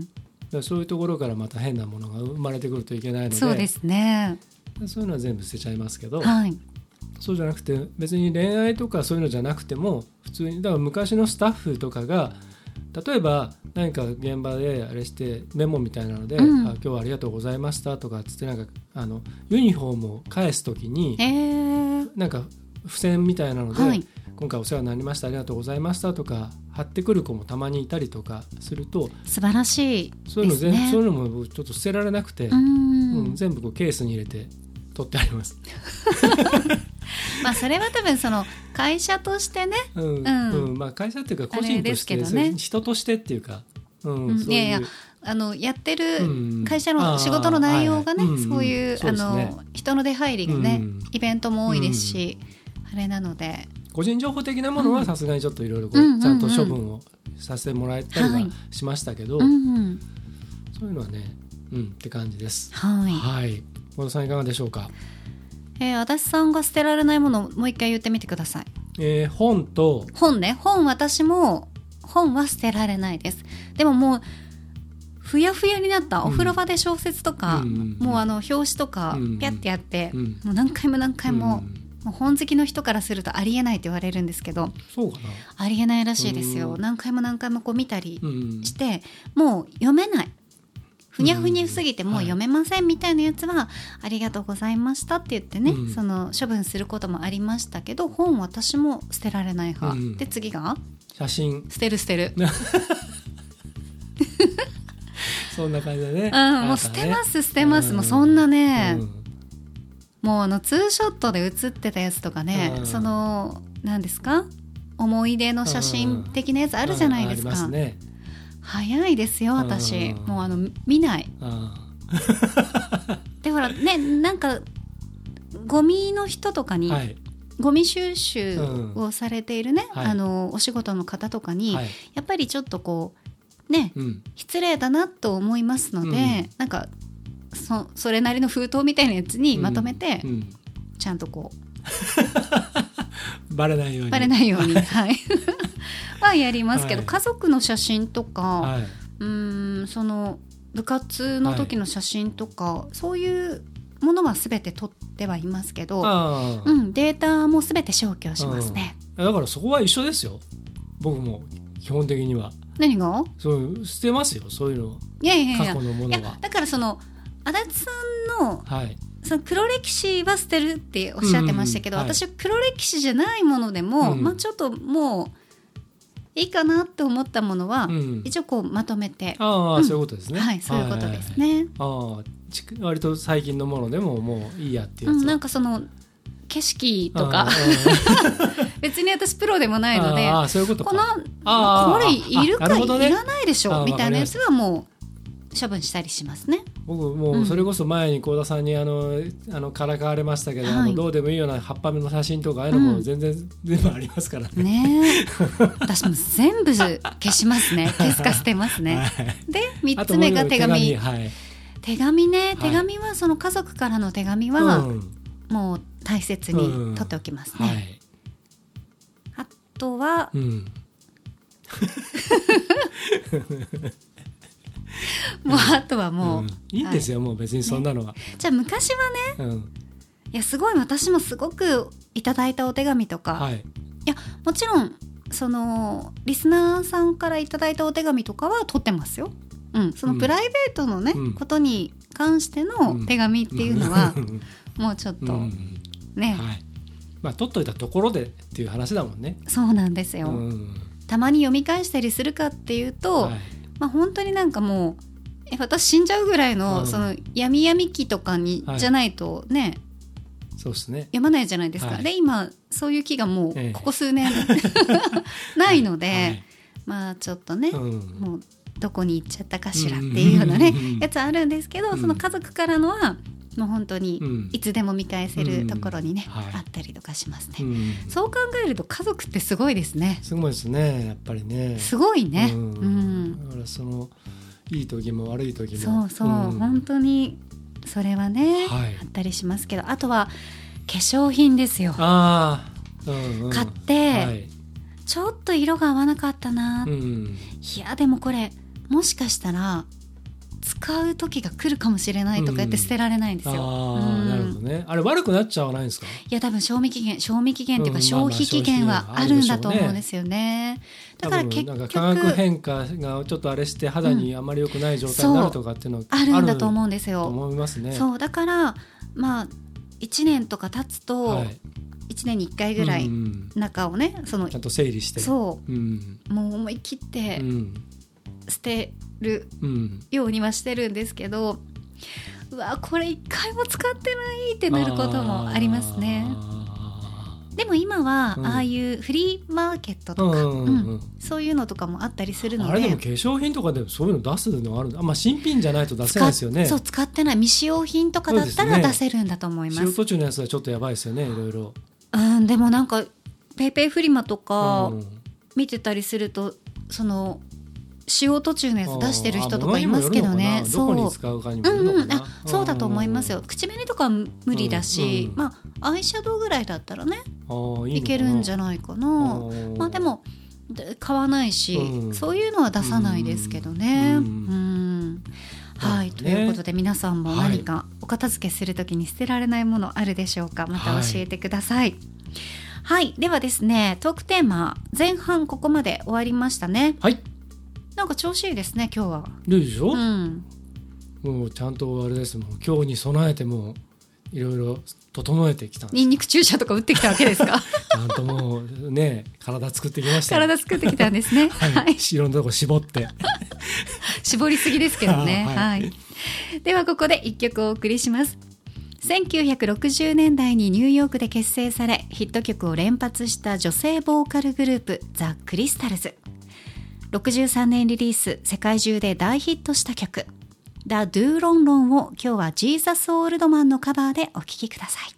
だからそういうところからまた変なものが生まれてくるといけないのでそうですねそういうのは全部捨てちゃいますけど、はい、そうじゃなくて別に恋愛とかそういうのじゃなくても普通にだから昔のスタッフとかが例えば何か現場であれしてメモみたいなので、うん、あ今日はありがとうございましたとかつってなんかあのユニフォームを返すときに、えー、なんか付箋みたいなので、はい、今回お世話になりましたありがとうございましたとか貼ってくる子もたまにいたりとかすると素晴らしいですね。 そういうの全そういうのもちょっと捨てられなくて、うん、うん、全部こうケースに入れて取ってありますまあそれは多分その会社としてね、 うんうんうん、まあ、会社っていうか個人として、ね、人としてっていうか、うんうん、そういう、いやいやあのやってる会社の仕事の内容がね、うん、そういう、うん、あの、ね、人の出入りがね、うん、イベントも多いですし、うん、あれなので個人情報的なものはさすがにちょっといろいろちゃんと処分をさせてもらえたりはしましたけど、うんうん、そういうのはね、うんって感じです。はい、はい、小田さんいかがでしょうか。 えー、足立さんが捨てられないものをもう一回言ってみてください。 えー、本と本ね。本私も本は捨てられないです。でももうふやふやになったお風呂場で小説とか、うん、もうあの表紙とかピャッてやって、うん、もう何回も何回も、うん、もう本好きの人からするとありえないと言われるんですけど、 そうかな、 ありえないらしいですよ。何回も何回もこう見たりして、もう読めない、ふにゃふにゃすぎてもう読めませんみたいなやつは、はい、ありがとうございましたって言ってね、うん、その処分することもありましたけど、本私も捨てられない派、うん、で次が写真捨てる捨てるそんな感じだね、 うん、もう捨てます捨てます、うん、もうそんなね、うん、もうあのツーショットで写ってたやつとかね、うん、その何ですか思い出の写真的なやつあるじゃないですか、うん、ありますね。早いですよ私、うん、もうあの見ない、うん、でほらね、なんかゴミの人とかに、はい、ゴミ収集をされているね、うん、あのお仕事の方とかに、はい、やっぱりちょっとこうね、うん、失礼だなと思いますので、うん、なんか そ, それなりの封筒みたいなやつにまとめて、うんうん、ちゃんとこうバレないようにバレないようにはいはやりますけど、はい、家族の写真とか、はい、うーんその部活の時の写真とか、はい、そういうものは全て撮ってはいますけど、うん、データも全て消去しますね。 だからそこは一緒ですよ。僕も基本的には何がそう捨てますよ、そういうの。 いやいやいや、 過去のものは。いやだからその足立さんの、はい、その黒歴史は捨てるっておっしゃってましたけど、うんうん、私は黒歴史じゃないものでも、うん、まあ、ちょっともういいかなって思ったものは、うん、一応こうまとめて、 ああ、うん、そういうことですね。 はい、そういうことですね。はいはいはい、 ああ、割と最近のものでももういいやっていうやつ、うん、 なんかその景色とか別に私プロでもないので、 あそういうことか、 このこれいるか、ね、いらないでしょみたいなやつはもう処分したりしますね。 僕もうそれこそ前に幸田さんにあのあのからかわれましたけど、はい、あのどうでもいいような葉っぱの写真とかああいうのも全然、うん、全部ありますからね。 ね私も全部消しますね。消すか捨てますね、はい、でみっつめが手紙。手紙、はい、手紙ね。手紙はその家族からの手紙は、うん、もう大切に取っておきますね、うんはい、あとは、うん、もうあとはもう、うん、 いいんですよ、はい、もう別にそんなのは、 ね、じゃあ昔はね、うん、いやすごい私もすごくいただいたお手紙とか、はい、いやもちろんそのリスナーさんからいただいたお手紙とかは取ってますよ、うん、そのプライベートのね、うん、ことに関しての手紙っていうのは、うん、もうちょっと、うんね、はい、 まあ、取っといたところでっていう話だもんね。 そうなんですよ、うん、たまに読み返したりするかっていうと、はい、まあ、本当になんかもうえ私死んじゃうぐらい の,、うん、その闇闇期とかに、はい、じゃないとね、 そうですね、 読まないじゃないですか、はい、で今そういう気がもうここ数年、ええ、ないので、はいはい、まあちょっとね、うん、もうどこに行っちゃったかしらっていうようなね、うん、やつあるんですけど、うん、その家族からのはもう本当にいつでも見返せるところにね、うんはい、あったりとかしますね、うん、そう考えると家族ってすごいですね。 すごいですね、やっぱりね、 すごいね、 うんうん、だからそのいい時も悪い時もそうそう、うん、本当にそれはね、はい、あったりしますけど、あとは化粧品ですよ。 あ、うんうん、 買って、はい、ちょっと色が合わなかったな、うん、いやでもこれもしかしたら使う時が来るかもしれないとかやって捨てられないんですよ、 うん、あ、うん、なるほどね。あれ悪くなっちゃわないんですか。いや多分賞味期限賞味期限っていうか消費期限はあるんだと思うんですよね。だから結局なんか化学変化がちょっとあれして肌にあまり良くない状態になるとかっていうのはあるんだと思うんですよ。 と思いますね。 そうだからまあいちねんとか経つと、はい、 いちねんにいっかいぐらい中をね、うん、そのちゃんと整理してそう、うん、もう思い切って捨てるようにはしてるんですけど、うわこれいっかいも使ってないってなることもありますね。でも今はああいうフリーマーケットとか、うんうんうん、そういうのとかもあったりするので、 あれでも化粧品とかでそういうの出すのあるんだ、まあ、新品じゃないと出せないですよね。 そう使ってない未使用品とかだったら出せるんだと思います。 使用途中のやつはちょっとやばいですよねいろいろ、 うん、でもなんかペイペイフリマとか見てたりすると、その使用途中のやつ出してる人とかいますけどね。 どこに使うかにもよるのかな、うんうん、あそうだと思いますよ。口紅とかは無理だし、うんうん、まあアイシャドウぐらいだったらね い, いけるんじゃないかな。まあでも買わないし、うん、そういうのは出さないですけどね、うんうん、はい、ね、ということで皆さんも何かお片付けするときに捨てられないものあるでしょうか。また教えてください。はい、はい、ではですね、トークテーマ前半ここまで終わりましたね。 はい、 なんか調子いいですね今日は。 いいでしょ、うん、もうちゃんとあれですもん、今日に備えてもいろいろ整えてきたんです。 ニンニク注射とか打ってきたわけですかちゃんともうね体作ってきました、ね、 体作ってきたんですねはい、はい、いろんなとこ絞って絞りすぎですけどねはい、はい、ではここでいっきょくお送りします。せんきゅうひゃくろくじゅうねんだいにニューヨークで結成されヒット曲を連発した女性ボーカルグループザ・クリスタルズ。ろくじゅうさんねんリリース、世界中で大ヒットした曲 The Do Ron Ron を今日はジーザス・オールドマンのカバーでお聴きください。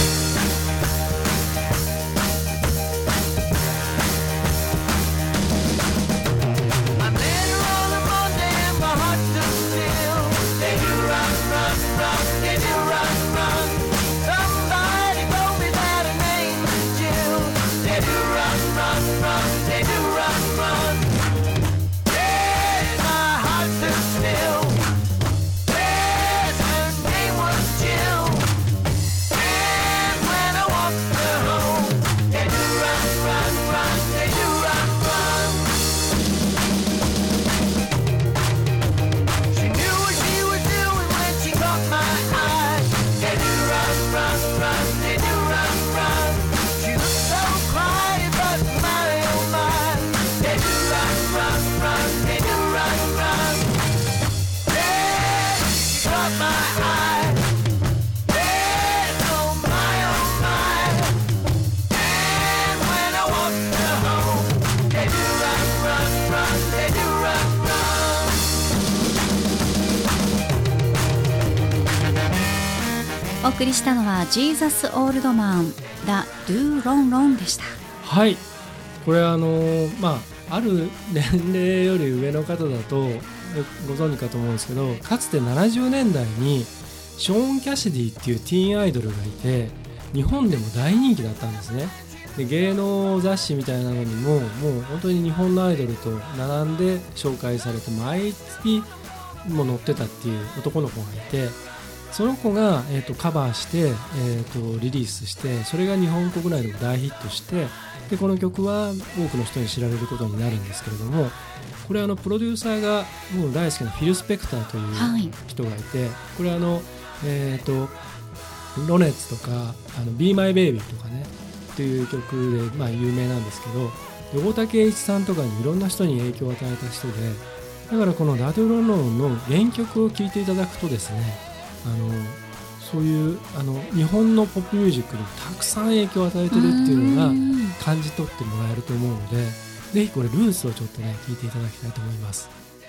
お送りしたのはジーザス・オールドマン The Do Ron Ron でした。 はい、これあのー、まあある年齢より上の方だとご存知かと思うんですけど、かつてななじゅうねんだいにショーン・キャシディっていうティーンアイドルがいて日本でも大人気だったんですね。で芸能雑誌みたいなのにももう本当に日本のアイドルと並んで紹介されて毎月も載ってたっていう男の子がいて、その子が、えー、とカバーして、えー、とリリースして、それが日本国内でも大ヒットして、でこの曲は多くの人に知られることになるんですけれども、これあのプロデューサーがもう大好きなフィル・スペクターという人がいて、はい、これあの、えー、とロネッツとかあの Be My Baby とかねっていう曲で、まあ、有名なんですけど、で大竹栄一さんとかにいろんな人に影響を与えた人で、だからこのダドゥロンロンの原曲を聴いていただくとですね、あのそういうあの日本のポップミュージックにたくさん影響を与えてるっていうのが感じ取ってもらえると思うので、ぜひこれルーツをちょっとね聴いていただきたいと思います。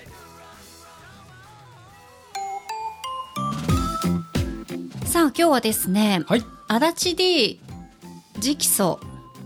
さあ今日はですね、 はい、 足立 D 直訴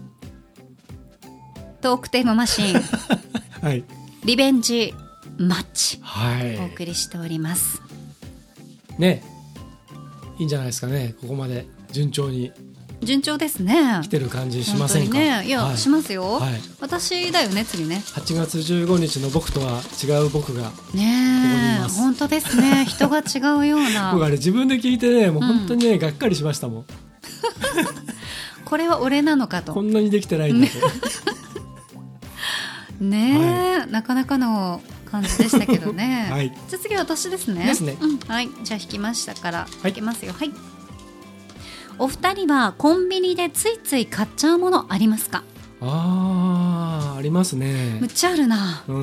トークテーママシン、 はい、 リベンジマッチ、 はい、 お送りしておりますね。いいんじゃないですかね、ここまで順調に順調ですね。 来てる感じしませんか。 ね、いや、はい、しますよ、 はい、 私だよね次ね。 はちがつじゅうごにちの僕とは違う僕がここにいます。 ね、本当ですね人が違うような僕あれ自分で聞いてね、もう本当にね、うん、がっかりしましたもんこれは俺なのかと、 こんなにできてないんだとねえ、はい、なかなかの感じでしたけどね、 はい、 じゃあ次は私ですね。 ですね、 うん、はい、じゃあ弾きましたから、はい、いきますよ。はい、 お二人はコンビニでついつい買っちゃうものありますか？ あー、ありますね。 むっちゃあるな。 うん、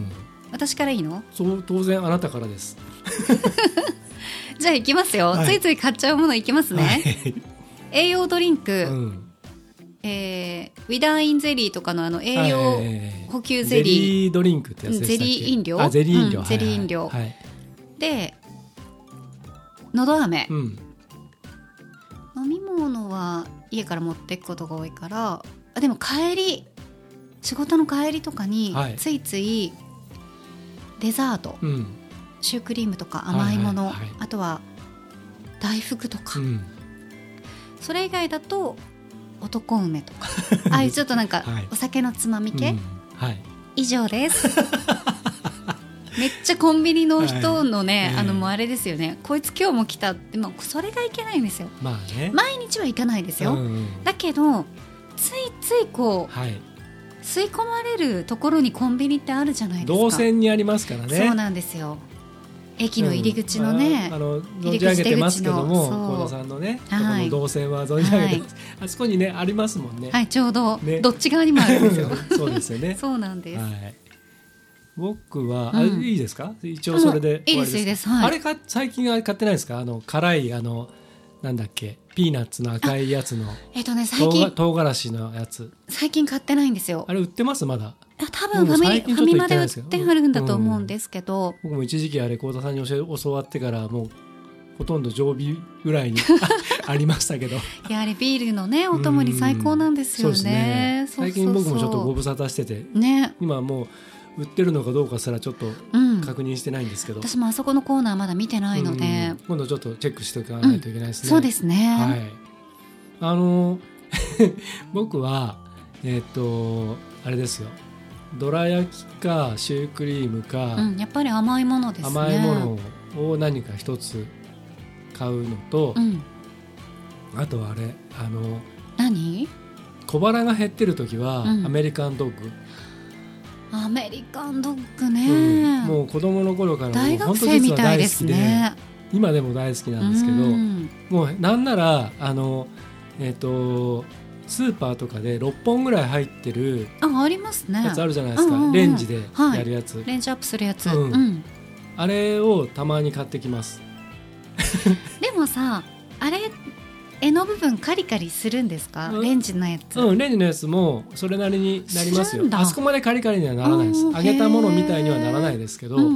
私からいいの？ そう当然あなたからですじゃあいきますよ、はい、ついつい買っちゃうものいきますね、はい、栄養ドリンク、うんえー、ウィダーインゼリーとかのあの栄養補給ゼリー、ゼリードリンクってやつでしたっけ？ゼリー飲料、 あゼリー飲料、 うん、 ゼリー飲料、 はいはい、 でのど飴、うん、飲み物は家から持っていくことが多いから、あでも帰り仕事の帰りとかについついデザート、はい、うんシュークリームとか甘いもの、はいはいはい、あとは大福とか、うん、それ以外だと男梅とかああいうちょっとなんかお酒のつまみ系、はいうんはい、以上ですめっちゃコンビニの人のね、はい、あのもうあれですよね、こいつ今日も来たって、まあ、それがいけないんですよ、 まあね、 毎日は行かないですよ、うんうん、だけどついついこう、はい吸い込まれるところにコンビニってあるじゃないですか。 動線にありますからね。 そうなんですよ。駅の入り口のね、 うんまあ、あの存じ上げてますけども、幸田さんのね、はい、この動線は存じ上げてます、はい、あそこにねありますもんね。 はい、ちょうど、ね、どっち側にもあるんですよそうですよね。 そうなんです、はい、 僕は、うん、あいいですか？一応それで終わりです。 いいですいいです、はい、 あれか最近は買ってないですか？あの辛いあのなんだっけピーナッツの赤いやつのえっとね最近唐辛子のやつ最近買ってないんですよ。 あれ売ってますまだ？ 多分ファミ、ファミマで売ってあるんだと思うんですけど、うん、 僕も一時期あれ幸田さんに教え教わってからもうほとんど常備ぐらいにありましたけどいやあれビールのねお供に最高なんですよ ね, そうですね。 最近僕もちょっとご無沙汰してて、ね、今もう売ってるのかどうかすらちょっと確認してないんですけど、うん、 私もあそこのコーナーまだ見てないので、うん、 今度ちょっとチェックしておかないといけないですね、 うん、そうですね、 はい、あの僕はえっ、ー、とあれですよ、どら焼きかシュークリームか、 うん、やっぱり甘いものですね。 甘いものを何か一つ買うのと、うん、あとはあれあの何小腹が減ってる時は、うん、アメリカンドッグ、 アメリカンドッグね、 うん、もう子供の頃から大学生みたいですね。 今でも大好きなんですけど、うん、もうなんならあのえっ、ー、とスーパーとかでろっぽんぐらい入ってるあありますね、 やつあるじゃないですか、うんうんうん、レンジでやるやつ、 はい、レンジアップするやつ、 うんうん、あれをたまに買ってきますでもさあれ柄の部分カリカリするんですか、うん、レンジのやつ、 うん、レンジのやつもそれなりになりますよ。あそこまでカリカリにはならないです。揚げたものみたいにはならないですけど、うんうん、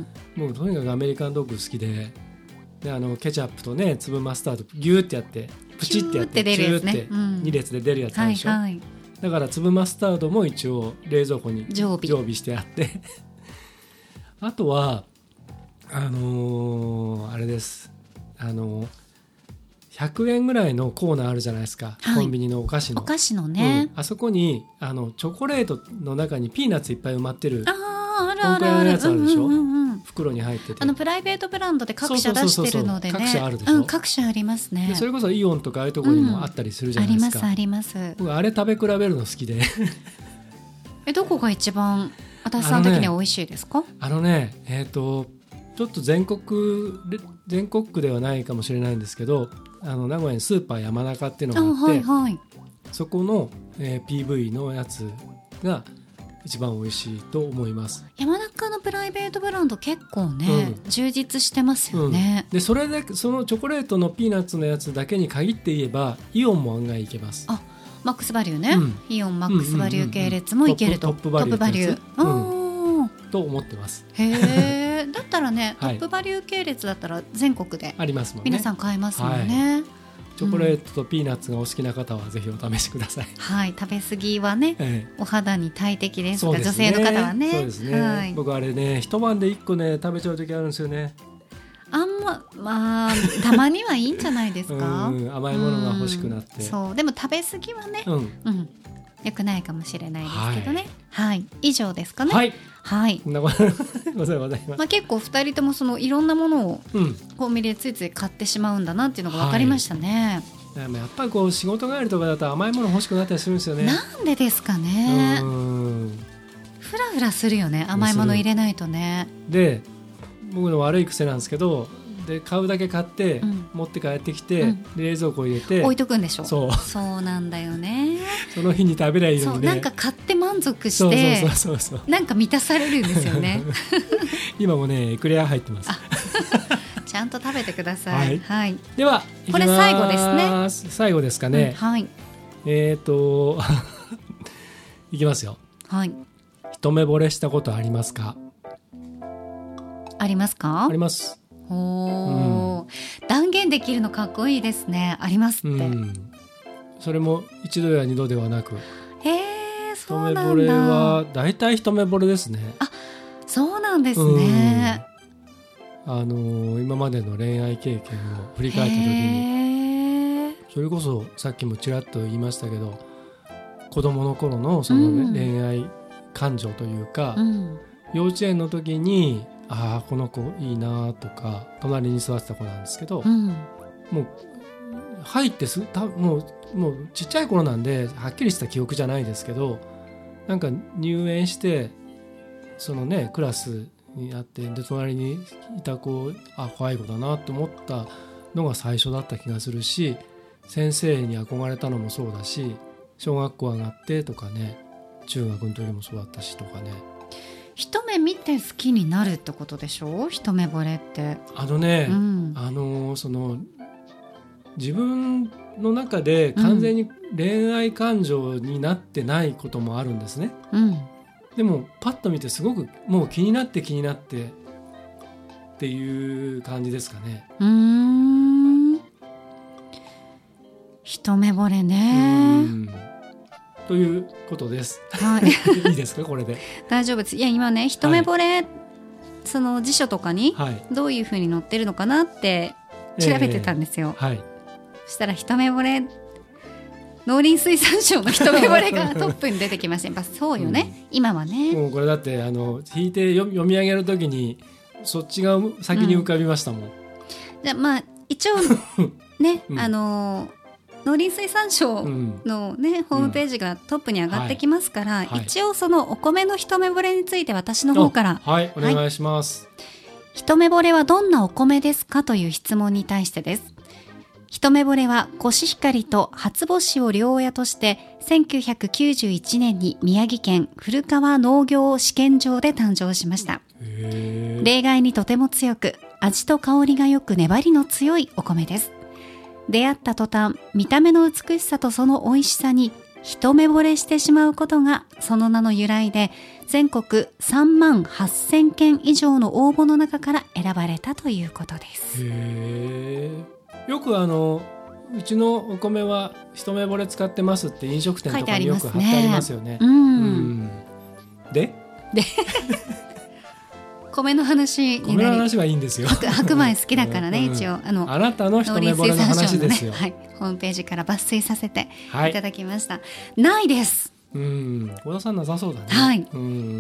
もうとにかくアメリカンドッグ好きで、であのケチャップとね粒マスタードギューってやってプチってやってチューってに列で出るやつあるでしょ、はいはい、だから粒マスタードも一応冷蔵庫に常備、常備してあってあとはあのー、あれですあのー、ひゃくえんぐらいのコーナーあるじゃないですか、はい、コンビニのお菓子のお菓子のね、 うん、あそこにあのチョコレートの中にピーナッツいっぱい埋まってるああるあるあるやつあるでしょ、うんうんうん、袋に入っててあのプライベートブランドで各社出してるのでね、 各社あるでしょ、 うん、各社ありますね。 でそれこそイオンとかああいうところにもあったりするじゃないですか、 うん、ありますあります。 僕あれ食べ比べるの好きでえどこが一番私さん的には美味しいですか？ あのね、あのねえっ、ー、とちょっと全国全国区ではないかもしれないんですけど、あの名古屋にスーパー山中っていうのがあって、はいはい、そこの、えー、ピーブイ のやつが一番美味しいと思います。 山中のプライベートブランド結構ね、うん、充実してますよね、 うん、でそれでそのチョコレートのピーナッツのやつだけに限って言えばイオンも案外いけます。 あマックスバリューね、うん、イオンマックスバリュー系列もいけると、 トップバリュー、トップバリュー、うん、と思ってます。 へーだったらね、はい、トップバリュー系列だったら全国でありますもんね、 皆さん買えますもんね、はい、 チョコレートとピーナッツがお好きな方はぜひお試しください、 うん、はい食べ過ぎはね、ええ、お肌に大敵ですが、女性の方はね、 そうですね、はい、僕あれね一晩でいっこね食べちゃう時あるんですよね。 あんままあたまにはいいんじゃないですかうん甘いものが欲しくなって、 そうでも食べ過ぎはね、うんうん、よくないかもしれないですけどね、はい、はい、以上ですかね。はい、はい、 ございます、 まあ、結構ふたりともそのいろんなものをコンビニでついつい買ってしまうんだなっていうのが分かりましたね、 はい、やっぱりこう仕事帰りとかだと甘いもの欲しくなったりするんですよね。 なんでですかね。うんフラフラするよね、甘いもの入れないとね。 で僕の悪い癖なんですけど、 で買うだけ買って、うん、持って帰ってきて、うん、冷蔵庫入れて置いとくんでしょ。 そうそうなんだよね。 その日に食べりゃいいのにね。 そうなんか買って満足してそうそうそうそうなんか満たされるんですよね今もねエクレア入ってますちゃんと食べてください、はいはい、 ではこれ最後ですね。最後ですかね、 うん、はい。 えっ、ー、といきますよ。 はい。 一目惚れしたことありますか？ ありますか？ あります。 おー、うん、断言できるのかっこいいですね。ありますって、うん、 それも一度や二度ではなく。 へー、そうなんだ。 一目惚れは大体一目惚れですね。 あ、そうなんですね、 うん、あのー、今までの恋愛経験を振り返った時にそれこそさっきもちらっと言いましたけど子供の頃のその、ね、うん、恋愛感情というか、うん、幼稚園の時にああこの子いいなとか隣に座ってた子なんですけど、うん、もう入ってすたもう、もうちっちゃい頃なんではっきりした記憶じゃないですけどなんか入園してそのねクラスにあってで隣にいた子あ怖い子だなと思ったのが最初だった気がするし先生に憧れたのもそうだし小学校上がってとかね中学の時もそうだったしとかね。 一目見て好きになるってことでしょ一目惚れって。 あのね、うん、あのその自分の中で完全に恋愛感情になってないこともあるんですね、うん、でもパッと見てすごくもう気になって気になってっていう感じですかね。 うーん、一目惚れね。うんということです、 はい、 いいですかこれで。 大丈夫です。いや今ね一目惚れ、はい、その辞書とかにどういうふうに載ってるのかなって調べてたんですよ、えーはい、そしたら一目惚れ農林水産省の一目惚れがトップに出てきました。やっぱそうよね、うん、今はね。 もうこれだってあの引いて読み上げるときにそっちが先に浮かびましたもん、うん、 じゃあまあ一応ね、うん、あの農林水産省の、ね、うん、ホームページがトップに上がってきますから、はいはい、一応そのお米の一目惚れについて私の方からはい、お願いします、はい、 一目惚れはどんなお米ですかという質問に対してです。一目惚れはコシヒカリと初干しを両親としてせんきゅうひゃくきゅうじゅういちねんに宮城県古川農業試験場で誕生しました。例外にとても強く味と香りがよく粘りの強いお米です。出会った途端見た目の美しさとその美味しさに一目惚れしてしまうことがその名の由来で全国さんまんはっせんけん以上の応募の中から選ばれたということです。 へー、よくあのうちのお米は一目惚れ使ってますって飲食店とかによく貼ってありますよね。うん、うん、でで米の話になり米の話はいいんですよ。 白米好きだからね、うん、一応あのあなたの一目惚れの話ですよ、 ね、はい、ホームページから抜粋させていただきました、はい、ないです。 うん、小田さんなさそうだね。 はい、うん、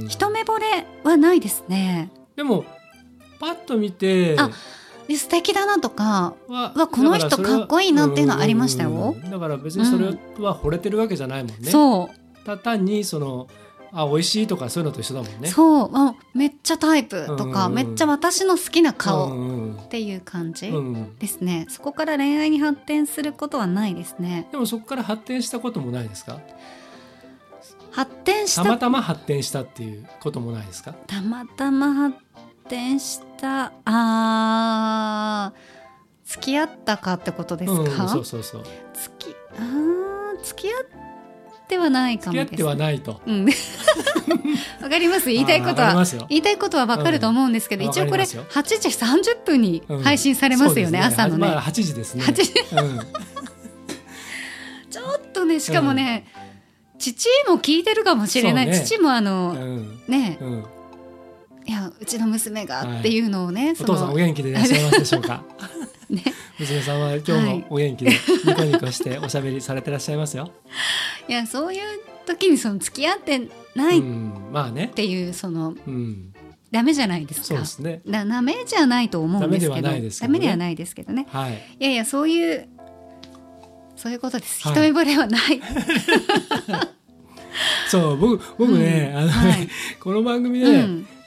一目惚れはないですね。 でもパッと見てあ素敵だなとかはこの人かっこいいなっていうのはありましたよ。 だから別にそれは惚れてるわけじゃないもんね、うん、 そうた単にそのあ美味しいとかそういうのと一緒だもんね。 そうあめっちゃタイプとか、うんうん、めっちゃ私の好きな顔っていう感じですね、うんうん、そこから恋愛に発展することはないですね。 でもそこから発展したこともないですか？ 発展したたまたま発展したっていうこともないですか？ たまたま発展したあ付き合ったかってことですか？うん、 そうそうそう付きあ付き合ってはないかもです、ね、 付き合ってはないと、 うん、わかります。言いたいことは言いたいことはわかると思うんですけど、うん、一応これはちじさんじゅっぷんに配信されますよね、うん、ね朝のね、 まあ、はちじですね。 はちじ、うん、ちょっとねしかもね、うん、父も聞いてるかもしれない、ね、父もあの、うん、ね、うん、いやうちの娘がっていうのをね、はい、 お父さんお元気でいらっしゃいますでしょうか？ね、娘さんは今日もお元気でニコニコしておしゃべりされてらっしゃいますよ。 いやそういう時にその付き合ってないっていうその、うん、ダメじゃないですか。 そうですね。 ダメじゃないと思うんですけど、ダメではないですけどね。ダメではないですけどね、はい、いやいやそういうそういうことです、はい、一目惚れはないそう僕僕ね、うん、あのね、はい、この番組で、うん、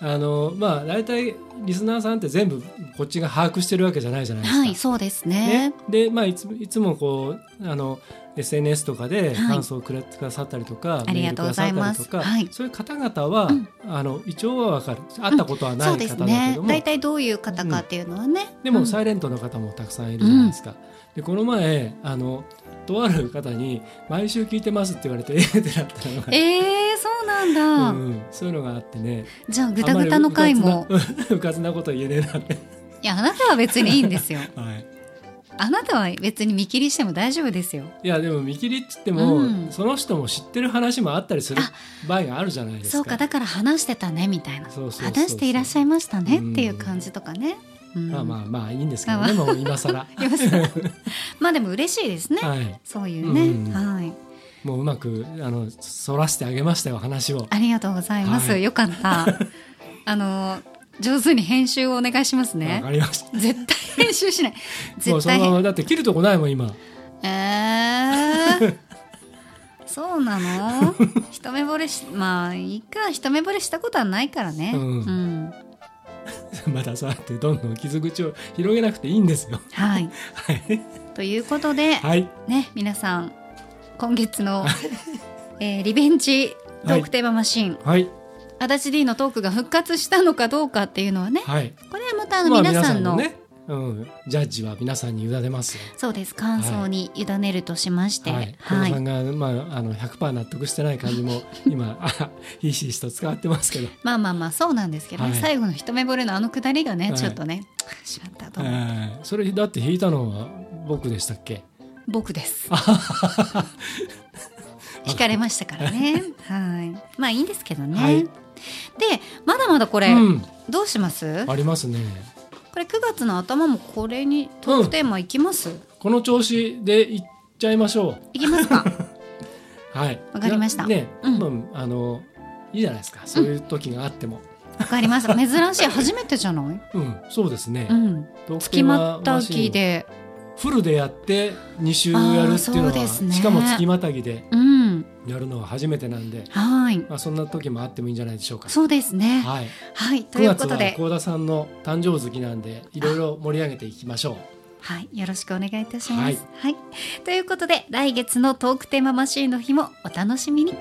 あのまあ大体リスナーさんって全部こっちが把握してるわけじゃないじゃないですか。 はい、そうですね。 ねで、まあ、いついつもこうあの エスエヌエス とかで感想をくれてくださったりとか、はい、メールくださったりとか、はい、そういう方々は、うん、あの一応は分かる、会ったことはない方だけども、うん、そうですね、 大体どういう方かっていうのはね、 うん、でもサイレントの方もたくさんいるじゃないですか、うん、でこの前あのとある方に毎週聞いてますって言われてえーってなったのがえー、そうなんだ、 うん、そういうのがあってね。 じゃあグダグダの回もうかつなこと言えねえなっていやあなたは別にいいんですよ、 はい、 あなたは別に見切りしても大丈夫ですよ。 いやでも見切りって言っても、うん、その人も知ってる話もあったりする場合があるじゃないですか。 そうか、だから話してたねみたいな、そうそうそうそう、話していらっしゃいましたねっていう感じとかね、うん、 まあまあまあいいんですけどね、もう今更今更まあでも嬉しいですね、はい、そういうね、うん、はい、 もううまくあのそらしてあげましたよ話を。 ありがとうございます、はい、よかったあの上手に編集をお願いしますね。 わかりました。 絶対編集しない絶対もうそのままだって切るとこないもん今。 えーそうなの一目惚れしまあいいか、一目惚れしたことはないからね、うん、 うん、まだそうやってどんどん傷口を広げなくていいんですよ。 はい、はい、ということで、はい、ね、皆さん今月の、えー、リベンジトークテーママシーン、はいはい、足立 D のトークが復活したのかどうかっていうのはね、はい、これはまたあの皆さんの、まあ皆さんのね、うん、 ジャッジは皆さんに委ねますよ。 そうです、感想に委ねるとしまして、はい、 小野さんが、まあ、あの ひゃくパーセント 納得してない感じも今ひしひしと伝わってますけどまあまあまあそうなんですけど、ね、はい、最後の一目惚れのあのくだりがね、はい、ちょっとねしまったと思う、 えー、それだって弾いたのは僕でしたっけ。 僕です惹かれましたからねはい、まあいいんですけどね、はい、でまだまだこれ、うん、どうします？ ありますね。 これくがつの頭もこれにトークテーマいきます、うん、 この調子でいっちゃいましょう。 いきますかはい、 わかりました。 ね、うん、あのいいじゃないですか、そういう時があっても。わ、 うん、かりました。珍しい、初めてじゃない？ うん、そうですね、 うん、月またぎでフルでやってに週やるっていうのは、ね、しかも月またぎでやるのは初めてなんで、うん、はい、まあ、そんな時もあってもいいんじゃないでしょうか。 そうですね、 はい、 はい、ということでくがつは幸田さんの誕生月なんでいろいろ盛り上げていきましょう。 はい、よろしくお願いいたします、はいはい、ということで来月のトークテーママシーンの日もお楽しみに。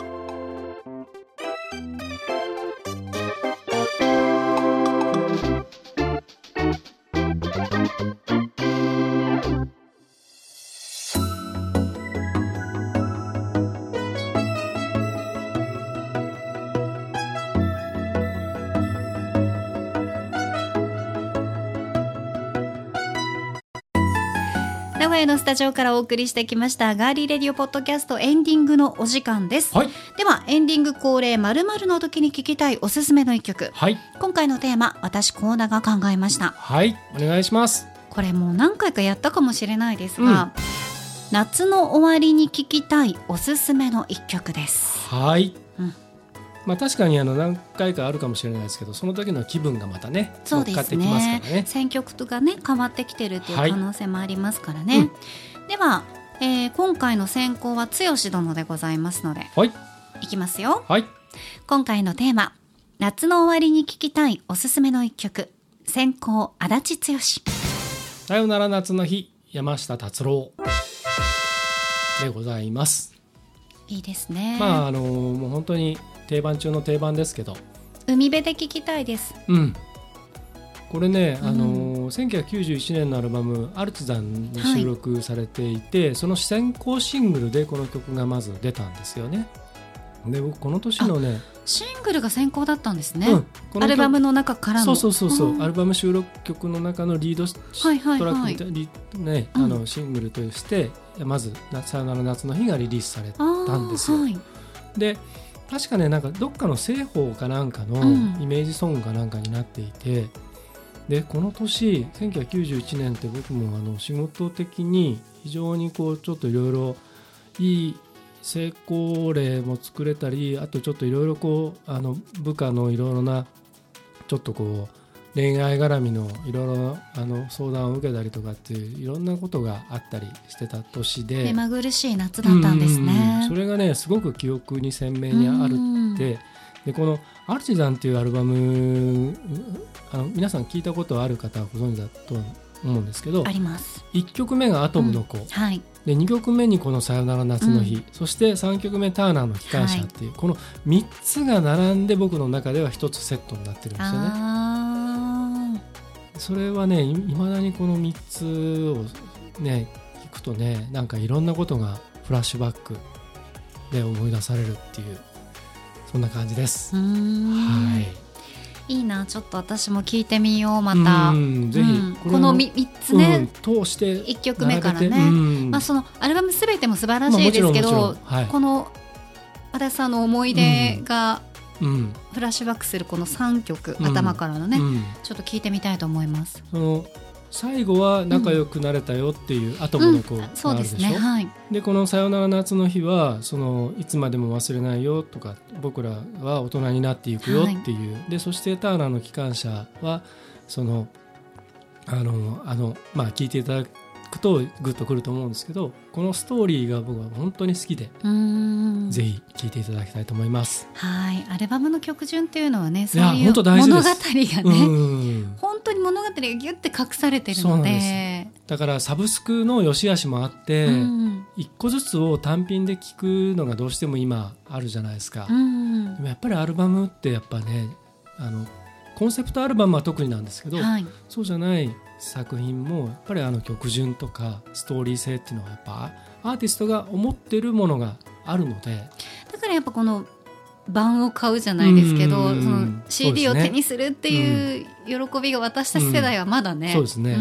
名古屋のスタジオからお送りしてきましたガーリーレディオポッドキャストエンディングのお時間です、はい、ではエンディング恒例〇〇の時に聴きたいおすすめの一曲、はい、今回のテーマ私コーナが考えました。 はい、お願いします。 これもう何回かやったかもしれないですが、うん、夏の終わりに聴きたいおすすめの一曲です。 はい、うん、まあ、確かにあの何回かあるかもしれないですけど、その時の気分がまたね乗っかってきますからね。 選曲とかね変わってきてるっていう可能性もありますからね、はい、うん、では、えー、今回の選考は剛殿でございますので、はい、いきますよ、はい、今回のテーマ夏の終わりに聴きたいおすすめの一曲、選考足立剛。 さよなら夏の日山下達郎でございます。 いいですね。 まああのー、もう本当に定番中の定番ですけど、 海辺で聴きたいです。 うん、これね、うん、あのせんきゅうひゃくきゅうじゅういちねんのアルバムアルチザンに収録されていて、はい、その先行シングルでこの曲がまず出たんですよね。で僕この年のねシングルが先行だったんですね、うん、アルバムの中からのそうそうそうそう、うん、アルバム収録曲の中のリードトラック、はいね、うん、あのシングルとしてまずさよなら夏の日がリリースされたんですよ、はい、で確かねなんかどっかの製法かなんかのイメージソングかなんかになっていて、うん、でこの年せんきゅうひゃくきゅうじゅういちねんって僕もあの仕事的に非常にこうちょっといろいろいい成功例も作れたり、あとちょっといろいろこうあの部下のいろいろなちょっとこう恋愛絡みのいろいろあの相談を受けたりとかっていういろんなことがあったりしてた年で、 目まぐるしい夏だったんですね。 それがねすごく記憶に鮮明にあるって、 でこのアルチザンっていうアルバム、あの皆さん聞いたことある方はご存知だと思うんですけど、 あります。 いっきょくめがアトムの子、 うん、はい、 でにきょくめにこのさよなら夏の日、うん、そしてさんきょくめターナーの機関車っていう、はい、このみっつが並んで僕の中では一つセットになってるんですよね。 あ、 それはね、いまだにこのみっつをね聞くとね、なんかいろんなことがフラッシュバックで思い出されるっていう、そんな感じです。 うーん、 はい、 いいな、ちょっと私も聞いてみよう、また。 うん、ぜひ、うん、 こ, この みっつね、 うん、通していっきょくめからね、うん、まあ、そのアルバムすべても素晴らしいですけど、まあはい、この足立さんの思い出がフラッシュバックするこのさんきょく、うん、頭からのね、うん、ちょっと聞いてみたいと思います。 その最後は仲良くなれたよっていうアトムの子があるでしょ、うんうん、そうですね、はい、でこのさよなら夏の日はそのいつまでも忘れないよとか、僕らは大人になっていくよっていう、はい、でそしてターナーの機関車はそのあのあのまあ聞いていただくとグッとくると思うんですけど、このストーリーが僕は本当に好きで、うーん、ぜひ聴いていただきたいと思います。 はい、アルバムの曲順っていうのはね、そういう物語がね、本当に物語がギュッて隠されてるの で, でだからサブスクの良し悪しもあって、一個ずつを単品で聴くのがどうしても今あるじゃないですか。でもやっぱりアルバムってやっぱね、あのコンセプトアルバムは特になんですけど、はい、そうじゃない作品もやっぱりあの曲順とかストーリー性っていうのはやっぱアーティストが思ってるものがあるので、 だからやっぱこの版を買うじゃないですけど、その シーディー を手にするっていう喜びが私たち世代はまだね、 そうですね、うん、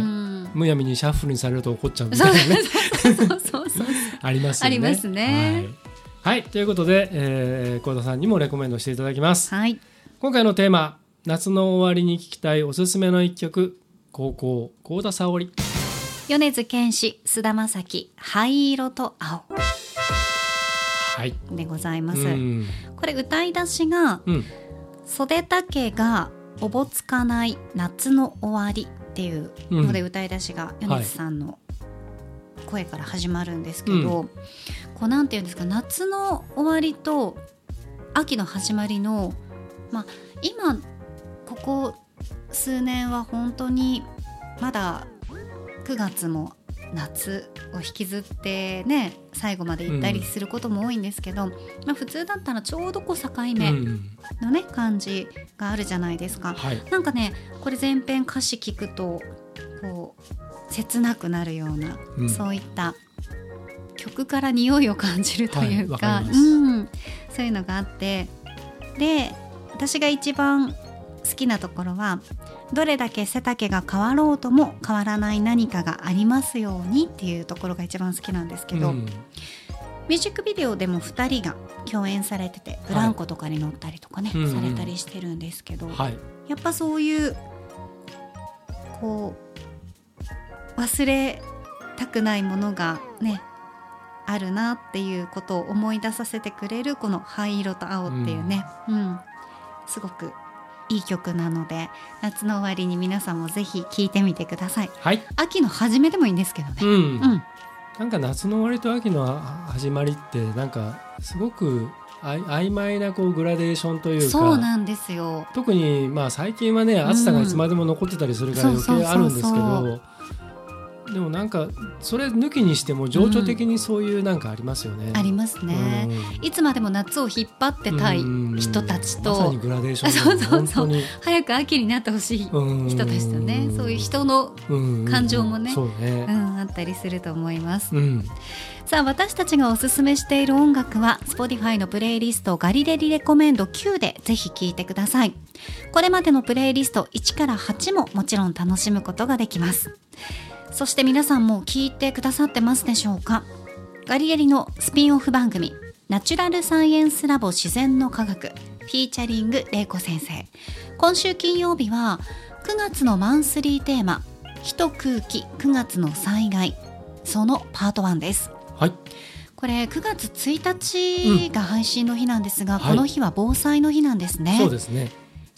むやみにシャッフルにされると怒っちゃうみたいなねありますよね。 ありますね、 はい、はい、ということで、えー、幸田さんにもレコメンドしていただきます、 はい、 今回のテーマ、夏の終わりに聴きたいおすすめの一曲、高校幸田沙織、 米津玄師、菅田将暉、灰色と青、 はい、 でございます。これ歌い出しが、うん、袖丈がおぼつかない夏の終わりっていうので、歌い出しが米津さんの声から始まるんですけど、はい、こうなんていうんですか、夏の終わりと秋の始まりの、まあ、今ここ数年は本当にまだくがつも夏を引きずってね、最後まで行ったりすることも多いんですけど、うん、まあ、普通だったらちょうどこう境目のね、うん、感じがあるじゃないですか、はい、なんかね、これ前編歌詞聞くとこう切なくなるような、うん、そういった曲から匂いを感じるというか、はい、うん、そういうのがあって、で私が一番好きなところは、どれだけ背丈が変わろうとも変わらない何かがありますようにっていうところが一番好きなんですけど、うん、ミュージックビデオでもふたりが共演されてて、ブランコとかに乗ったりとかね、はい、されたりしてるんですけど、うんうん、やっぱそういうこう忘れたくないものがねあるなっていうことを思い出させてくれるこの灰色と青っていうね、うんうん、すごくいい曲なので、夏の終わりに皆さんもぜひ聴いてみてください、はい、秋の初めでもいいんですけどね、うんうん、 なんか夏の終わりと秋の始まりってなんかすごくあい曖昧なこうグラデーションというか、 そうなんですよ。 特にまあ最近はね、暑さがいつまでも残ってたりするから余計あるんですけど、でもなんかそれ抜きにしても情緒的にそういうなんかありますよね、 うん、ありますね、うん、いつまでも夏を引っ張ってたい人たちと、 まさにグラデーションで本当に早く秋になってほしい人たちとね、そういう人の感情も ね, うね、うん、あったりすると思います、うん、さあ私たちがおすすめしている音楽は Spotify のプレイリストガリレリレコメンドきゅうでぜひ聴いてください。これまでのプレイリストいちからはちももちろん楽しむことができます。そして皆さんも聞いてくださってますでしょうか。ガリレリのスピンオフ番組ナチュラルサイエンスラボ自然の科学フィーチャリング玲子先生、今週金曜日はくがつのマンスリーテーマ一空気くがつの災害、そのパートワンです。 はい、 これくがつついたちが配信の日なんですが、うん、この日は防災の日なんですね、 はい、そうですね。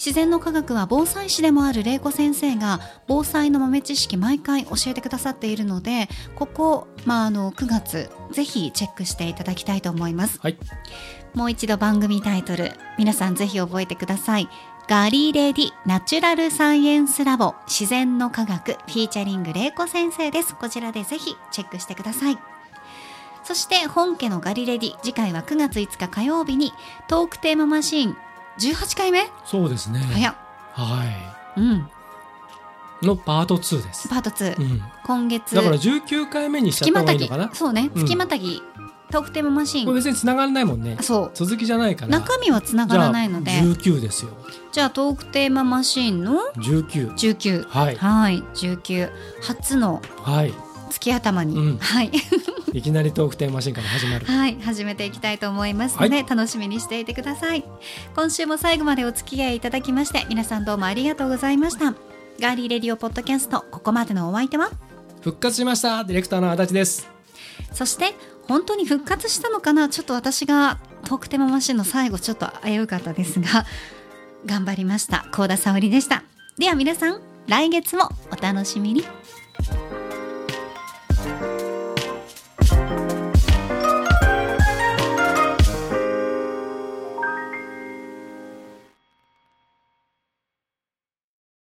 自然の科学は防災士でもある玲子先生が防災の豆知識毎回教えてくださっているので、ここ、まあ、あのくがつぜひチェックしていただきたいと思います、 はい、 もう一度番組タイトル皆さんぜひ覚えてください。ガリレディナチュラルサイエンスラボ自然の科学フィーチャリング玲子先生です。こちらでぜひチェックしてください。そして本家のガリレディ、次回はくがついつか火曜日にトークテーママシーンじゅうはちかいめ。 そうですね。 早っ。 はい。 うん。 のパートツーです。 パートツー。うん、今月。 だからじゅうきゅうかいめにしちゃった方がいいのかな。 そうね。月またぎ、うん、トークテーママシーン。 これ別に繋がらないもんね。そう。続きじゃないから。 中身は繋がらないので。 じゃあじゅうきゅうですよ。 じゃあトークテーママシーンのじゅうきゅう。 じゅうきゅう。はい。はい。じゅうきゅう。初の。はい。月頭に、うん、はいいきなりトークテーママシーンから始まる。 はい、始めていきたいと思いますので、はい、楽しみにしていてください。今週も最後までお付き合いいただきまして皆さんどうもありがとうございました。ガーリーレディオポッドキャスト、ここまでのお相手は復活しましたディレクターの足立です。 そして本当に復活したのかな、ちょっと私がトークテーママシーンの最後ちょっと危うかったですが頑張りました、幸田沙織でした。では皆さん来月もお楽しみに。